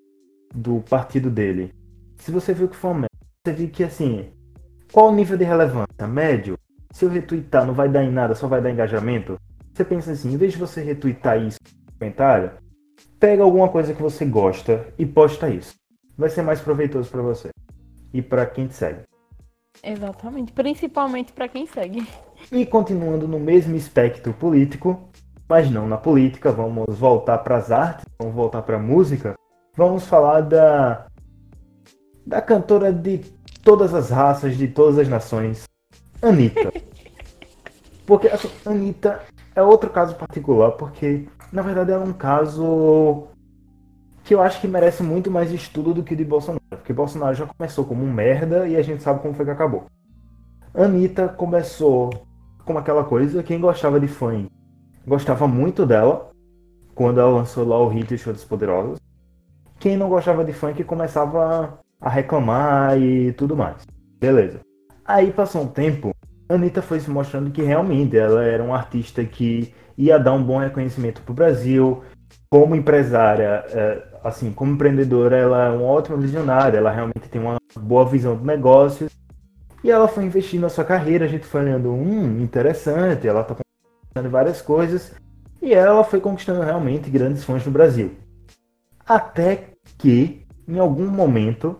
do partido dele, se você viu que foi uma merda, você viu que assim, qual o nível de relevância? Médio? Se eu retweetar não vai dar em nada, só vai dar engajamento? Você pensa assim, em vez de você retweetar isso no comentário, pega alguma coisa que você gosta e posta isso. Vai ser mais proveitoso para você. E para quem te segue.
Exatamente. Principalmente para quem segue.
E continuando no mesmo espectro político, mas não na política, vamos voltar para as artes. vamos voltar pra música, vamos falar da, da cantora de todas as raças, de todas as nações, Anitta. Porque, assim, Anitta é outro caso particular, porque, na verdade, é um caso que eu acho que merece muito mais estudo do que o de Bolsonaro. Porque Bolsonaro já começou como um merda e a gente sabe como foi que acabou. Anitta começou como aquela coisa, quem gostava de funk gostava muito dela, quando ela lançou lá o hit Show dos Poderosos. Quem não gostava de funk começava a reclamar e tudo mais. Beleza. Aí passou um tempo, Anitta foi se mostrando que realmente ela era uma artista que ia dar um bom reconhecimento pro Brasil. Como empresária, assim, como empreendedora, ela é uma ótima visionária, ela realmente tem uma boa visão do negócio. E ela foi investindo na sua carreira, a gente foi olhando, hum, interessante, ela tá conquistando várias coisas. E ela foi conquistando realmente grandes fãs no Brasil. Até que, em algum momento,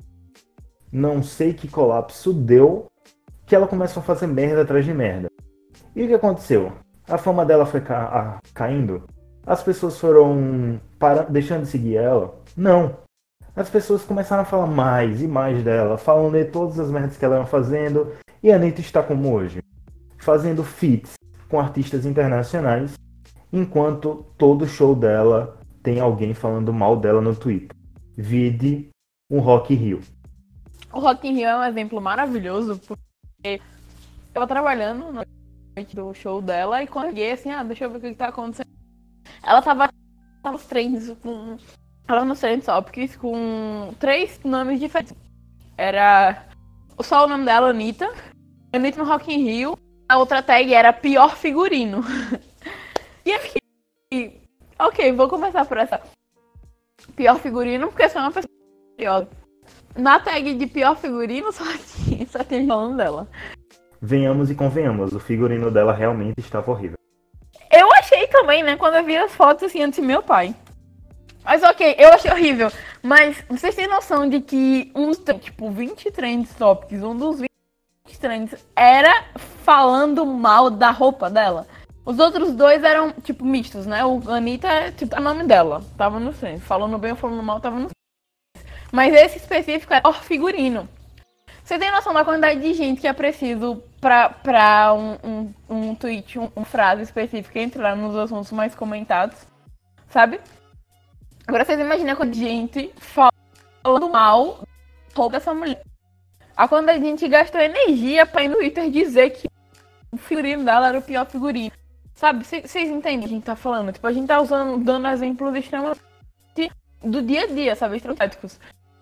não sei que colapso deu, que ela começou a fazer merda atrás de merda. E o que aconteceu? A fama dela foi ca- a- caindo? As pessoas foram para- deixando de seguir ela? Não. As pessoas começaram a falar mais e mais dela, falando de todas as merdas que ela ia fazendo, e a Anitta está como hoje, fazendo feats com artistas internacionais, enquanto todo show dela tem alguém falando mal dela no Twitter. Vide um Rock in Rio.
O Rock in Rio é um exemplo maravilhoso, porque eu tava trabalhando na noite do show dela e quando eu cheguei assim, ah, deixa eu ver o que tá acontecendo. Ela tava, tava nos trends com. Ela nos trends topics com três nomes diferentes. Era só o nome dela, Anitta. Anitta no Rock in Rio. A outra tag era pior figurino. E eu fiquei. Ok, vou começar por essa. Pior figurino, porque eu sou uma pessoa curiosa. Na tag de pior figurino só tinha, só tinha o nome dela.
Venhamos e convenhamos, o figurino dela realmente estava horrível.
Eu achei também, né? Quando eu vi as fotos assim antes do meu pai. Mas ok, eu achei horrível. Mas vocês têm noção de que uns, tipo, vinte trends topics, um dos vinte trends era falando mal da roupa dela. Os outros dois eram, tipo, mistos, né? O Anitta, tipo, é o nome dela. Tava no trend. Falando bem ou falando mal, tava no trend. Mas esse específico era o figurino. Você tem noção da quantidade de gente que é preciso pra, pra um, um, um tweet, um, uma frase específica entrar nos assuntos mais comentados? Sabe? Agora vocês imaginam a quantidade de gente falando mal da roupa dessa mulher. A quantidade de gente gastou energia pra ir no Twitter dizer que o figurino dela era o pior figurino. Sabe? Vocês entendem o que a gente tá falando? Tipo, a gente tá usando, dando exemplos extremamente do dia a dia, sabe? Estratégicos.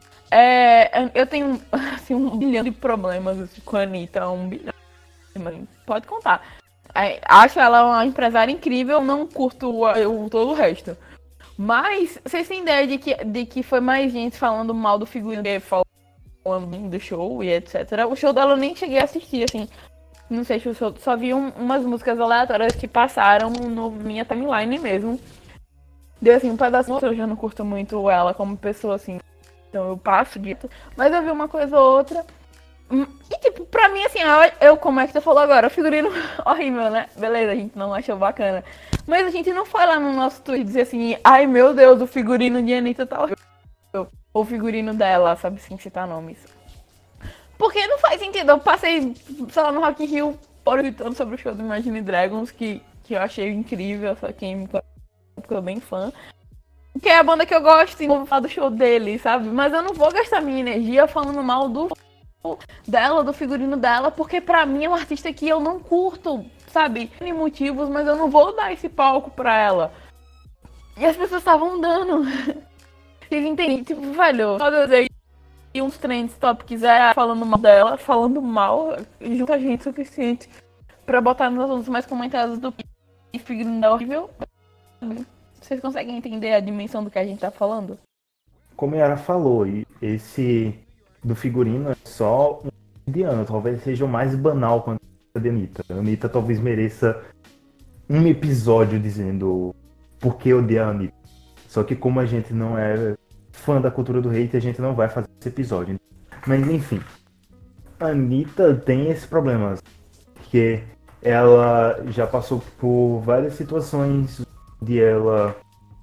É, eu tenho assim, um bilhão de problemas assim, com a Anitta, um bilhão. Pode contar. É, acho ela uma empresária incrível, não curto o, o, todo o resto. Mas vocês têm ideia de que, de que foi mais gente falando mal do figurino, falando do show e etcétera. O show dela eu nem cheguei a assistir, assim. Não sei se o show, só vi um, umas músicas aleatórias que passaram no minha timeline mesmo. Deu assim um pedaço, eu já não curto muito ela como pessoa, assim. Então eu passo dito. Mas eu vi uma coisa ou outra. E tipo, pra mim assim, eu, como é que você falou agora, o figurino horrível, né? Beleza, a gente não achou bacana. Mas a gente não foi lá no nosso Twitter dizer assim, ai meu Deus, o figurino de Anitta tá horrível. Ou o figurino dela, sabe, sem citar nomes. Porque não faz sentido. Eu passei, sei lá, no Rock in Rio, gritando sobre o show do Imagine Dragons, que, que eu achei incrível, só quem me ficou bem fã. Que é a banda que eu gosto e vou falar do show dele, sabe? Mas eu não vou gastar minha energia falando mal do dela, do figurino dela, porque pra mim é uma artista que eu não curto, sabe? Tem motivos, mas eu não vou dar esse palco pra ela. E as pessoas estavam dando. Vocês entendem? Tipo, velho, só eu usei uns trends topics é falando mal dela, falando mal, junto a gente suficiente pra botar nos assuntos mais comentados do figurino dela horrível. Vocês conseguem entender a dimensão do que a gente tá falando?
Como a Yara falou, esse do figurino é só um indiano, talvez seja o mais banal quanto a de Anitta. A Anitta talvez mereça um episódio dizendo por que odiar a Anitta. Só que como a gente não é fã da cultura do hate, a gente não vai fazer esse episódio. Mas enfim, a Anitta tem esse problema, porque ela já passou por várias situações de ela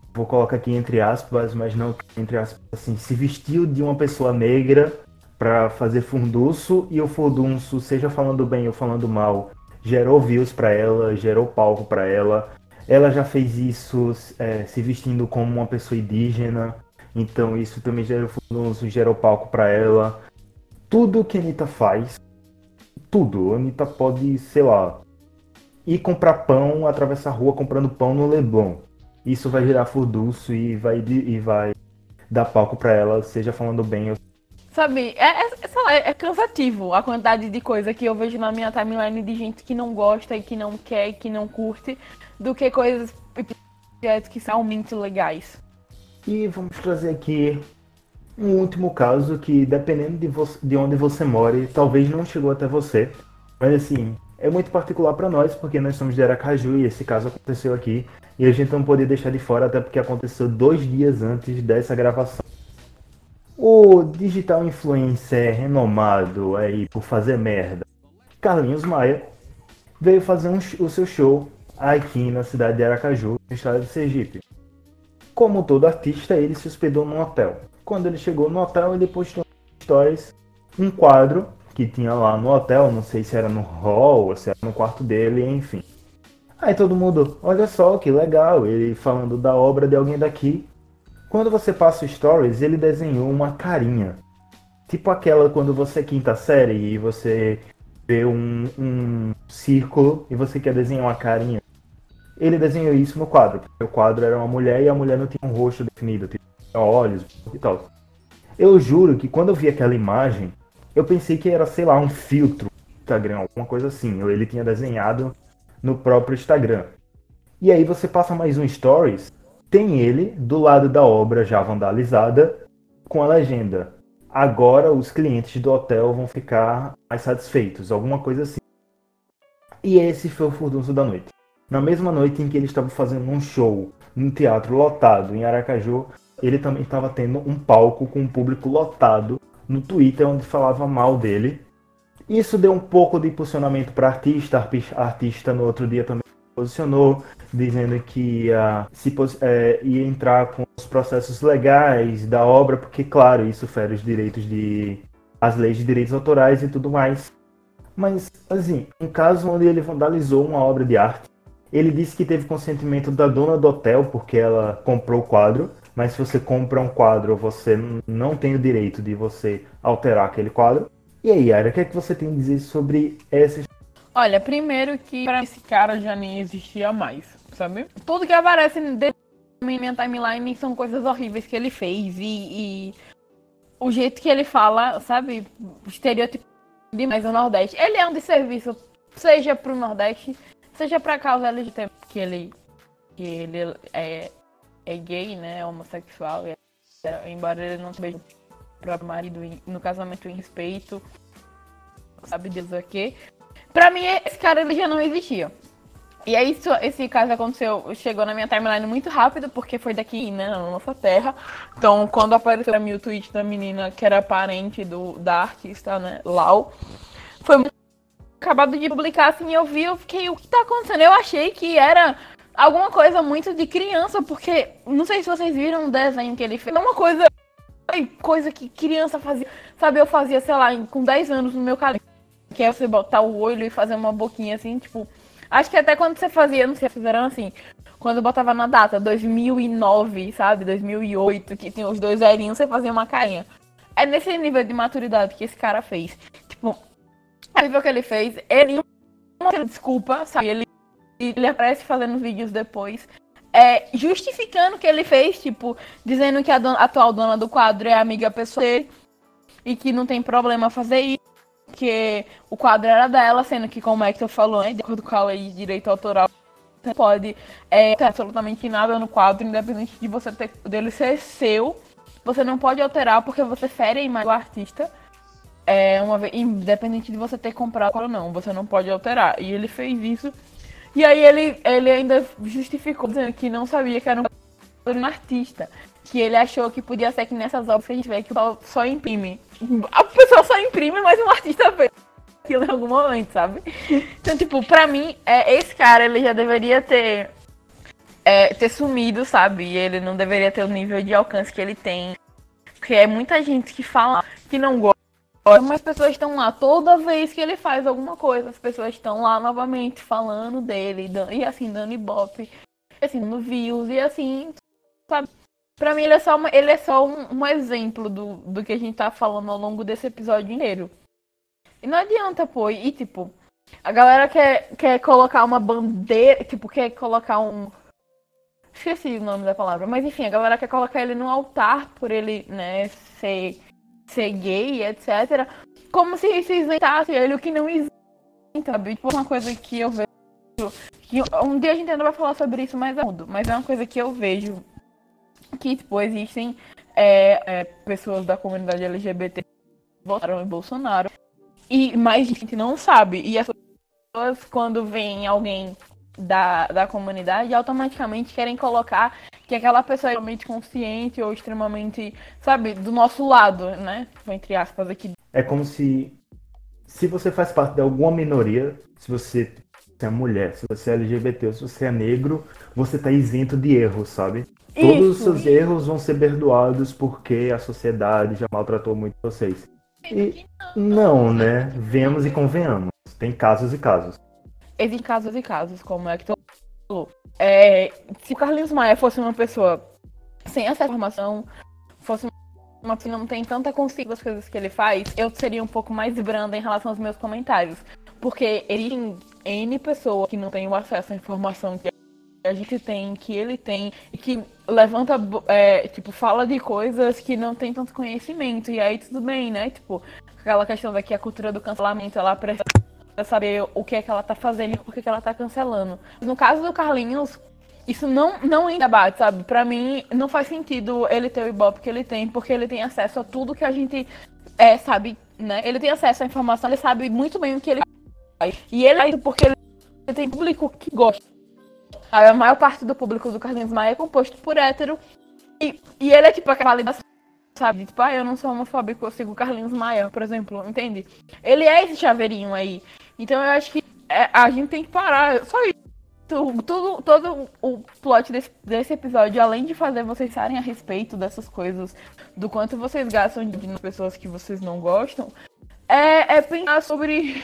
vou colocar aqui entre aspas, mas não entre aspas, assim, se vestiu de uma pessoa negra para fazer furdunço, e o furdunço, seja falando bem ou falando mal, gerou views para ela, gerou palco para ela. Ela já fez isso é, se vestindo como uma pessoa indígena, então isso também gerou furdunço, gerou palco para ela. Tudo que a Anitta faz, tudo, a Anitta pode, sei lá, ir comprar pão, atravessar a rua comprando pão no Leblon. Isso vai gerar furdunço e vai, e vai dar palco para ela, seja falando bem ou...
Sabe, é, é, sei lá, é cansativo a quantidade de coisa que eu vejo na minha timeline de gente que não gosta e que não quer e que não curte, do que coisas que são realmente legais.
E vamos trazer aqui um último caso que, dependendo de, vo- de onde você mora, talvez não chegou até você, mas assim, é muito particular para nós, porque nós somos de Aracaju e esse caso aconteceu aqui, e a gente não podia deixar de fora, até porque aconteceu dois dias antes dessa gravação. O digital influencer renomado aí por fazer merda, Carlinhos Maia, veio fazer um, o seu show aqui na cidade de Aracaju, no estado de Sergipe. Como todo artista, ele se hospedou num hotel. Quando ele chegou no hotel, ele postou em stories um quadro que tinha lá no hotel, não sei se era no hall ou se era no quarto dele, enfim. Aí todo mundo, olha só que legal, ele falando da obra de alguém daqui. Quando você passa o stories, ele desenhou uma carinha. Tipo aquela quando você é quinta série e você vê um, um círculo e você quer desenhar uma carinha. Ele desenhou isso no quadro, porque o quadro era uma mulher e a mulher não tinha um rosto definido, tinha olhos e tal. Eu juro que quando eu vi aquela imagem, eu pensei que era, sei lá, um filtro do Instagram, alguma coisa assim. Ou ele tinha desenhado no próprio Instagram. E aí você passa mais um stories, tem ele do lado da obra já vandalizada, com a legenda: agora os clientes do hotel vão ficar mais satisfeitos, alguma coisa assim. E esse foi o furdunço da noite. Na mesma noite em que ele estava fazendo um show num teatro lotado em Aracaju, ele também estava tendo um palco com um público lotado no Twitter, onde falava mal dele. Isso deu um pouco de impulsionamento para artista. A artista no outro dia também se posicionou, dizendo que ia, se, é, ia entrar com os processos legais da obra, porque, claro, isso fere os direitos de... as leis de direitos autorais e tudo mais. Mas, assim, um caso onde ele vandalizou uma obra de arte, ele disse que teve consentimento da dona do hotel, porque ela comprou o quadro, mas se você compra um quadro, você não tem o direito de você alterar aquele quadro. E aí, Yara, o que é que você tem a dizer sobre essa...
Olha, primeiro que pra esse cara já nem existia mais, sabe? Tudo que aparece na minha timeline são coisas horríveis que ele fez e, e o jeito que ele fala, sabe? Estereótipo demais do Nordeste. Ele é um desserviço, seja pro Nordeste, seja pra causa L G B T, que ele, que ele é, é gay, né? É homossexual, é, embora ele não seja pro marido no casamento em respeito, sabe Deus o quê. Pra mim, esse cara ele já não existia. E aí, isso, esse caso aconteceu, chegou na minha timeline muito rápido, porque foi daqui, né, na nossa terra. Então, quando apareceu pra mim o tweet da menina que era parente do, da artista, né, Lau, foi muito acabado de publicar, assim, eu vi, eu fiquei, o que tá acontecendo? Eu achei que era alguma coisa muito de criança, porque, não sei se vocês viram o desenho que ele fez, é uma coisa, coisa que criança fazia, sabe, eu fazia, sei lá, com dez anos no meu caderno, que é você botar o olho e fazer uma boquinha assim, tipo, acho que até quando você fazia, não sei se fizeram assim, quando eu botava na data, dois mil e nove, sabe, dois mil e oito, que tinha os dois velhinhos, você fazia uma carinha. É nesse nível de maturidade que esse cara fez. Tipo, o nível que ele fez, ele não desculpa, sabe, ele, ele aparece fazendo vídeos depois, é, justificando o que ele fez, tipo, dizendo que a, dona, a atual dona do quadro é amiga pessoal dele, e que não tem problema fazer isso, que o quadro era dela, sendo que, como o Hector falou, né, de acordo com a lei de direito autoral, você pode é, ter absolutamente nada no quadro, independente de você ter, dele ser seu, você não pode alterar porque você fere a imagem do artista, é, uma vez, independente de você ter comprado ou não, você não pode alterar. E ele fez isso, e aí ele, ele ainda justificou, dizendo que não sabia que era um artista, que ele achou que podia ser que nessas obras que a gente vê que o pessoal só imprime. A pessoa só imprime, mas um artista fez aquilo em algum momento, sabe? Então, tipo, pra mim, é, esse cara, ele já deveria ter é, ter sumido, sabe? E ele não deveria ter o nível de alcance que ele tem. Porque é muita gente que fala que não gosta, mas as pessoas estão lá toda vez que ele faz alguma coisa. As pessoas estão lá novamente falando dele, e assim, dando ibope, assim, no views, e assim, sabe? Pra mim ele é só, uma, ele é só um, um exemplo do, do que a gente tá falando ao longo desse episódio inteiro. E não adianta, pô, e tipo, a galera quer, quer colocar uma bandeira, tipo, quer colocar um... Esqueci o nome da palavra, mas enfim, a galera quer colocar ele no altar por ele, né, ser, ser gay, etcétera. Como se isso isentasse ele, o que não isenta, sabe? Tipo, uma coisa que eu vejo, que um dia a gente ainda vai falar sobre isso mais a fundo, mas é uma coisa que eu vejo que, tipo, existem é, é, pessoas da comunidade L G B T que votaram em Bolsonaro e mais gente não sabe. E as pessoas, quando vem alguém da, da comunidade, automaticamente querem colocar que aquela pessoa é extremamente consciente ou extremamente, sabe, do nosso lado, né? Entre aspas aqui.
É como se, se você faz parte de alguma minoria, se você é mulher, se você é L G B T ou se você é negro, você tá isento de erros, sabe? Todos os seus erros vão ser perdoados porque a sociedade já maltratou muito vocês. E não, né? Vemos e convenhamos. Tem casos e casos.
Existem casos e casos, como é que tu falou. É, se o Carlinhos Maia fosse uma pessoa sem essa informação, fosse uma pessoa que não tem tanta consciência das coisas que ele faz, eu seria um pouco mais branda em relação aos meus comentários. Porque existem N pessoas que não têm o acesso à informação que a gente tem, que ele tem, e que levanta, é, tipo, fala de coisas que não tem tanto conhecimento, e aí tudo bem, né? Tipo, aquela questão daqui, a cultura do cancelamento, ela precisa saber o que é que ela tá fazendo e por que, que ela tá cancelando. No caso do Carlinhos, isso não, não é debate, sabe? Pra mim, não faz sentido ele ter o ibope que ele tem, porque ele tem acesso a tudo que a gente é, sabe, né? Ele tem acesso à informação, ele sabe muito bem o que ele faz. E ele é isso porque ele tem público que gosta. A maior parte do público do Carlinhos Maia é composto por hétero. E, e ele é tipo aquela validação, sabe? Tipo, ah, eu não sou homofóbico, eu sigo o Carlinhos Maia, por exemplo, entende? Ele é esse chaveirinho aí. Então eu acho que é, a gente tem que parar. Só isso. Tudo, todo o plot desse, desse episódio, além de fazer vocês pensarem a respeito dessas coisas, do quanto vocês gastam de pessoas que vocês não gostam, é, é pensar sobre,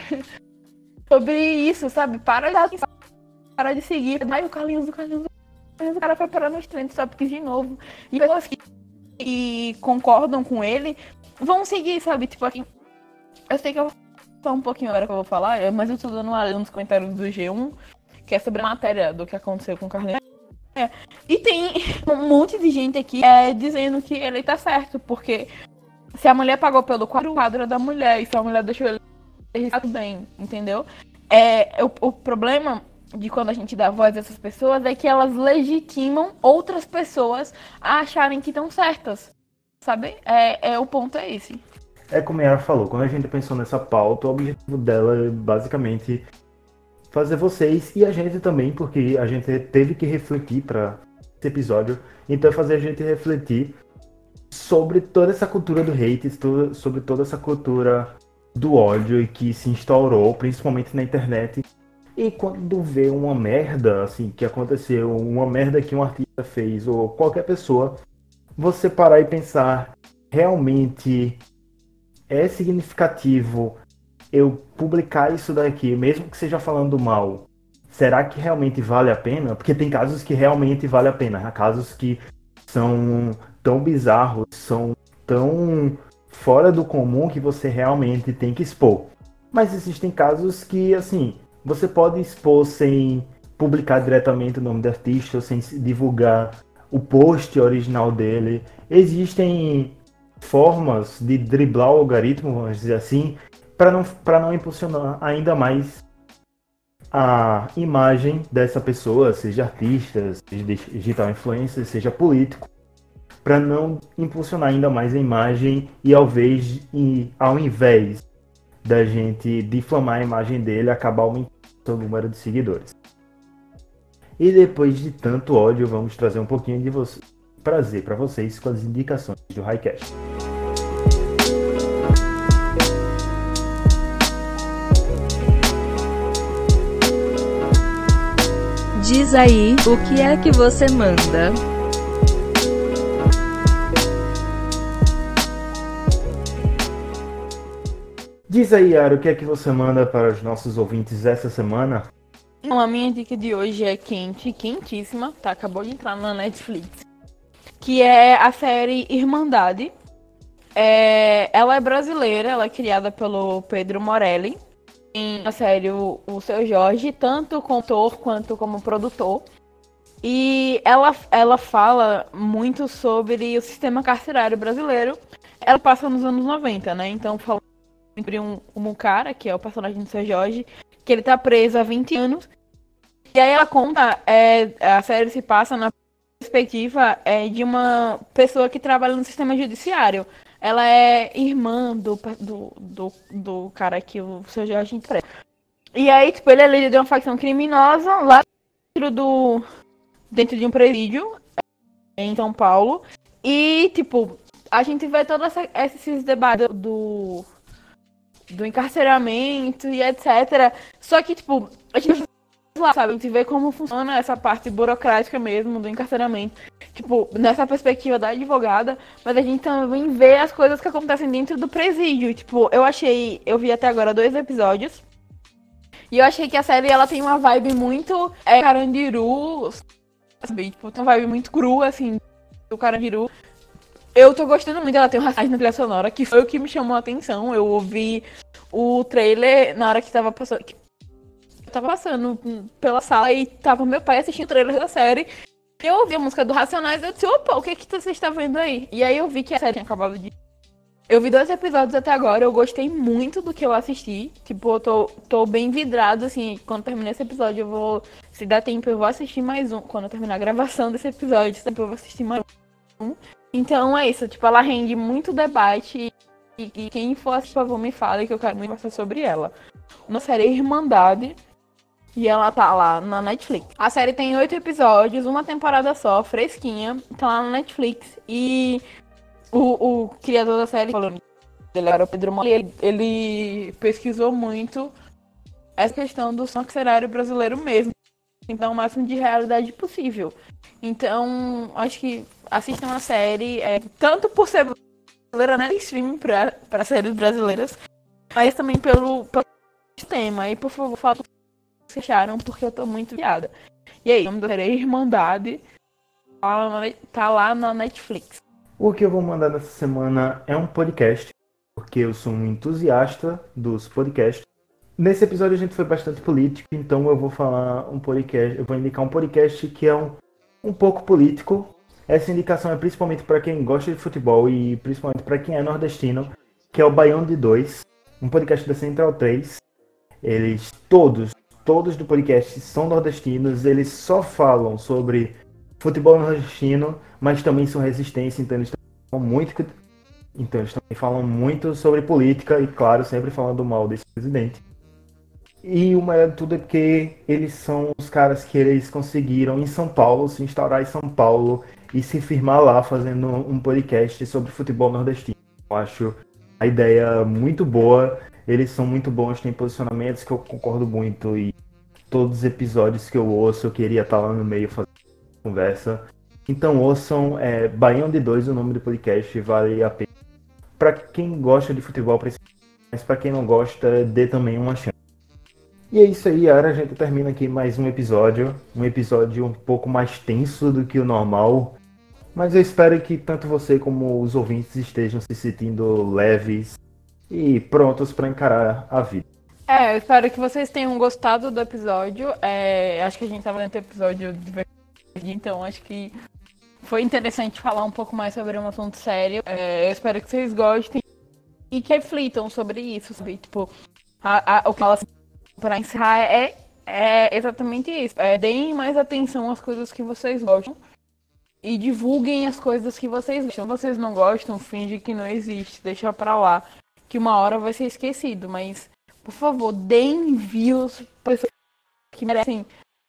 sobre isso, sabe? Para de Para de seguir. Ai, o Carlinhos, o Carlinhos, o cara foi parar nos trends topics de novo. E pessoas que, que concordam com ele vão seguir, sabe? Tipo, aqui. Eu sei que eu vou falar um pouquinho agora que eu vou falar, mas eu tô dando uma olhada nos comentários do G um, que é sobre a matéria do que aconteceu com o Carlinhos. É. E tem um monte de gente aqui é, dizendo que ele tá certo, porque se a mulher pagou pelo quadro, o quadro é da mulher, e se a mulher deixou ele, ele tá tudo bem, entendeu? É, o, o problema de quando a gente dá voz a essas pessoas é que elas legitimam outras pessoas a acharem que estão certas, sabe? É, é, o ponto é esse.
É como a Yara falou, quando a gente pensou nessa pauta, o objetivo dela é basicamente fazer vocês e a gente também, porque a gente teve que refletir para esse episódio, então fazer a gente refletir sobre toda essa cultura do hate, sobre toda essa cultura do ódio que se instaurou, principalmente na internet. E quando vê uma merda, assim, que aconteceu, uma merda que um artista fez, ou qualquer pessoa, você parar e pensar, realmente é significativo eu publicar isso daqui, mesmo que seja falando mal? Será que realmente vale a pena? Porque tem casos que realmente vale a pena, há casos que são tão bizarros, são tão fora do comum que você realmente tem que expor. Mas existem casos que, assim, você pode expor sem publicar diretamente o nome do artista, ou sem divulgar o post original dele. Existem formas de driblar o algoritmo, vamos dizer assim, para não, para não impulsionar ainda mais a imagem dessa pessoa, seja artista, seja digital influencer, seja político, para não impulsionar ainda mais a imagem e ao invés, e, ao invés da gente difamar a imagem dele, acabar aumentando o número de seguidores. E depois de tanto ódio, vamos trazer um pouquinho de você, prazer para vocês com as indicações do Highcast.
Diz aí, o que é que você manda?
Diz aí, Yara, o que é que você manda para os nossos ouvintes essa semana?
Então, a minha dica de hoje é quente, quentíssima, tá? Acabou de entrar na Netflix. Que é a série Irmandade. É, ela é brasileira, ela é criada pelo Pedro Morelli. Tem a série o, o Seu Jorge, tanto como autor quanto como produtor. E ela, ela fala muito sobre o sistema carcerário brasileiro. Ela passa nos anos noventa, né? Então, fala sobre um, um cara, que é o personagem do Seu Jorge, que ele tá preso há vinte anos. E aí ela conta, é, a série se passa na perspectiva é, de uma pessoa que trabalha no sistema judiciário. Ela é irmã do, do, do, do cara que o Seu Jorge interessa. E aí, tipo, ele é líder de uma facção criminosa lá dentro, do, dentro de um presídio em São Paulo. E, tipo, a gente vê todos esses debates do... do encarceramento e etcétera. Só que, tipo, a gente lá, sabe, a gente vê como funciona essa parte burocrática mesmo do encarceramento. Tipo, nessa perspectiva da advogada, mas a gente também vê as coisas que acontecem dentro do presídio. Tipo, eu achei, eu vi até agora dois episódios, e eu achei que a série, ela tem uma vibe muito é, Carandiru, sabe? Tipo, tem uma vibe muito crua, assim, do Carandiru. Eu tô gostando muito, ela tem uma raça na trilha sonora, que foi o que me chamou a atenção. Eu ouvi o trailer na hora que tava passando. Que eu tava passando pela sala e tava meu pai assistindo o trailer da série. Eu ouvi a música do Racionais e eu disse, opa, o que que você está vendo aí? E aí eu vi que a série tinha acabado de... Eu vi dois episódios até agora, eu gostei muito do que eu assisti. Tipo, eu tô, tô bem vidrado, assim, quando terminar esse episódio eu vou... Se der tempo eu vou assistir mais um. Quando eu terminar a gravação desse episódio, se der tempo eu vou assistir mais um. Então é isso, tipo, ela rende muito debate e, e quem for assistir, por favor, me fale que eu quero muito conversar sobre ela. Uma série Irmandade e ela tá lá na Netflix. A série tem oito episódios, uma temporada só, fresquinha, tá lá na Netflix. E o, o criador da série, falando dele era o Pedro Morelli, ele, ele pesquisou muito essa questão do carcerário brasileiro mesmo. Então, o máximo de realidade possível. Então, acho que assistam a série, é, tanto por ser brasileira, né, streaming pra, pra séries brasileiras, mas também pelo, pelo tema. E, por favor, fala o que vocês acharam, porque eu tô muito viada. E aí, o nome da série é Irmandade, tá lá na Netflix.
O que eu vou mandar nessa semana é um podcast, porque eu sou um entusiasta dos podcasts. Nesse episódio a gente foi bastante político, então eu vou falar um podcast, eu vou indicar um podcast que é um, um pouco político. Essa indicação é principalmente para quem gosta de futebol e principalmente para quem é nordestino, que é o Baião de Dois, um podcast da Central três. Eles todos, todos do podcast são nordestinos, eles só falam sobre futebol nordestino, mas também são resistência, então eles falam muito, então eles também falam muito sobre política e, claro, sempre falando mal desse presidente. E o melhor de tudo é porque eles são os caras que eles conseguiram em São Paulo, se instaurar em São Paulo e se firmar lá fazendo um podcast sobre futebol nordestino. Eu acho a ideia muito boa, eles são muito bons, têm posicionamentos que eu concordo muito e todos os episódios que eu ouço eu queria estar lá no meio fazendo conversa. Então ouçam, é, Baião de Dois, o nome do podcast, vale a pena. Para quem gosta de futebol, mas para quem não gosta, dê também uma chance. E é isso aí, Yara, a gente termina aqui mais um episódio, um episódio um pouco mais tenso do que o normal, mas eu espero que tanto você como os ouvintes estejam se sentindo leves e prontos para encarar a vida.
É, eu espero que vocês tenham gostado do episódio, é, acho que a gente tava dentro do episódio de verdade, então acho que foi interessante falar um pouco mais sobre um assunto sério, é, eu espero que vocês gostem e que reflitam sobre isso, sabe? Tipo, a, a, o que ela para encerrar é, é exatamente isso. É, deem mais atenção às coisas que vocês gostam e divulguem as coisas que vocês gostam. Se vocês não gostam, finge que não existe, deixa pra lá, que uma hora vai ser esquecido. Mas, por favor, deem views para pessoas que merecem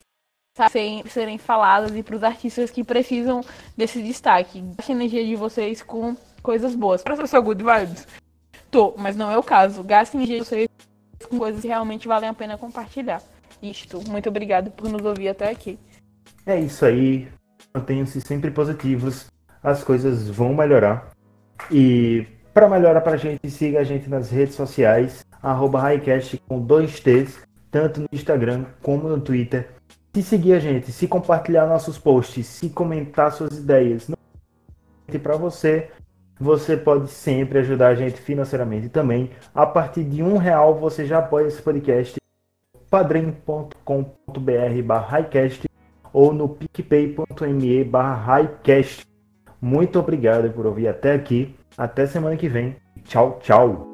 serem, serem faladas e para os artistas que precisam desse destaque. Gaste a energia de vocês com coisas boas. Para ser só good vibes? Tô, mas não é o caso. Gastem energia de vocês com coisas que realmente valem a pena compartilhar. isto. Muito obrigado por nos ouvir até aqui.
É isso aí. Mantenham-se sempre positivos. As coisas vão melhorar. E para melhorar pra gente, siga a gente nas redes sociais. Arroba Highcast com dois T's. Tanto no Instagram como no Twitter. Se seguir a gente, se compartilhar nossos posts, se comentar suas ideias. E para você, você pode sempre ajudar a gente financeiramente também. A partir de um real você já apoia esse podcast. padrim ponto com ponto br barra highcast ou no picpay.me barra highcast. Muito obrigado por ouvir até aqui. Até semana que vem. Tchau, tchau.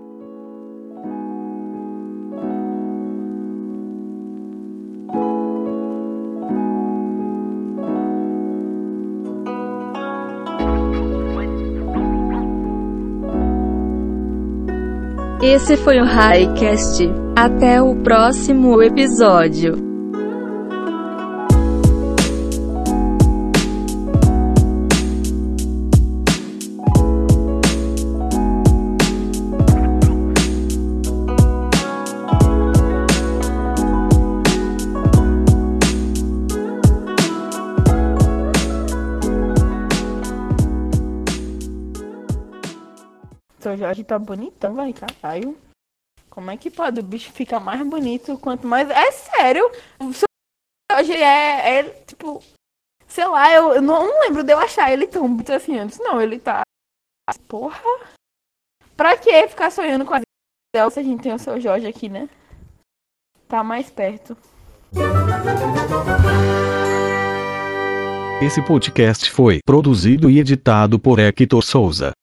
Esse foi o Highcast. Até o próximo episódio.
Seu Jorge tá bonitão, vai, caralho. Como é que pode? O bicho fica mais bonito quanto mais. É sério! O seu Jorge é, é tipo. Sei lá, eu, eu não, não lembro de eu achar ele tão bonito assim antes. Não, ele tá. Porra! Pra que ficar sonhando com a vida se a gente tem o seu Jorge aqui, né? Tá mais perto.
Esse podcast foi produzido e editado por Hector Souza.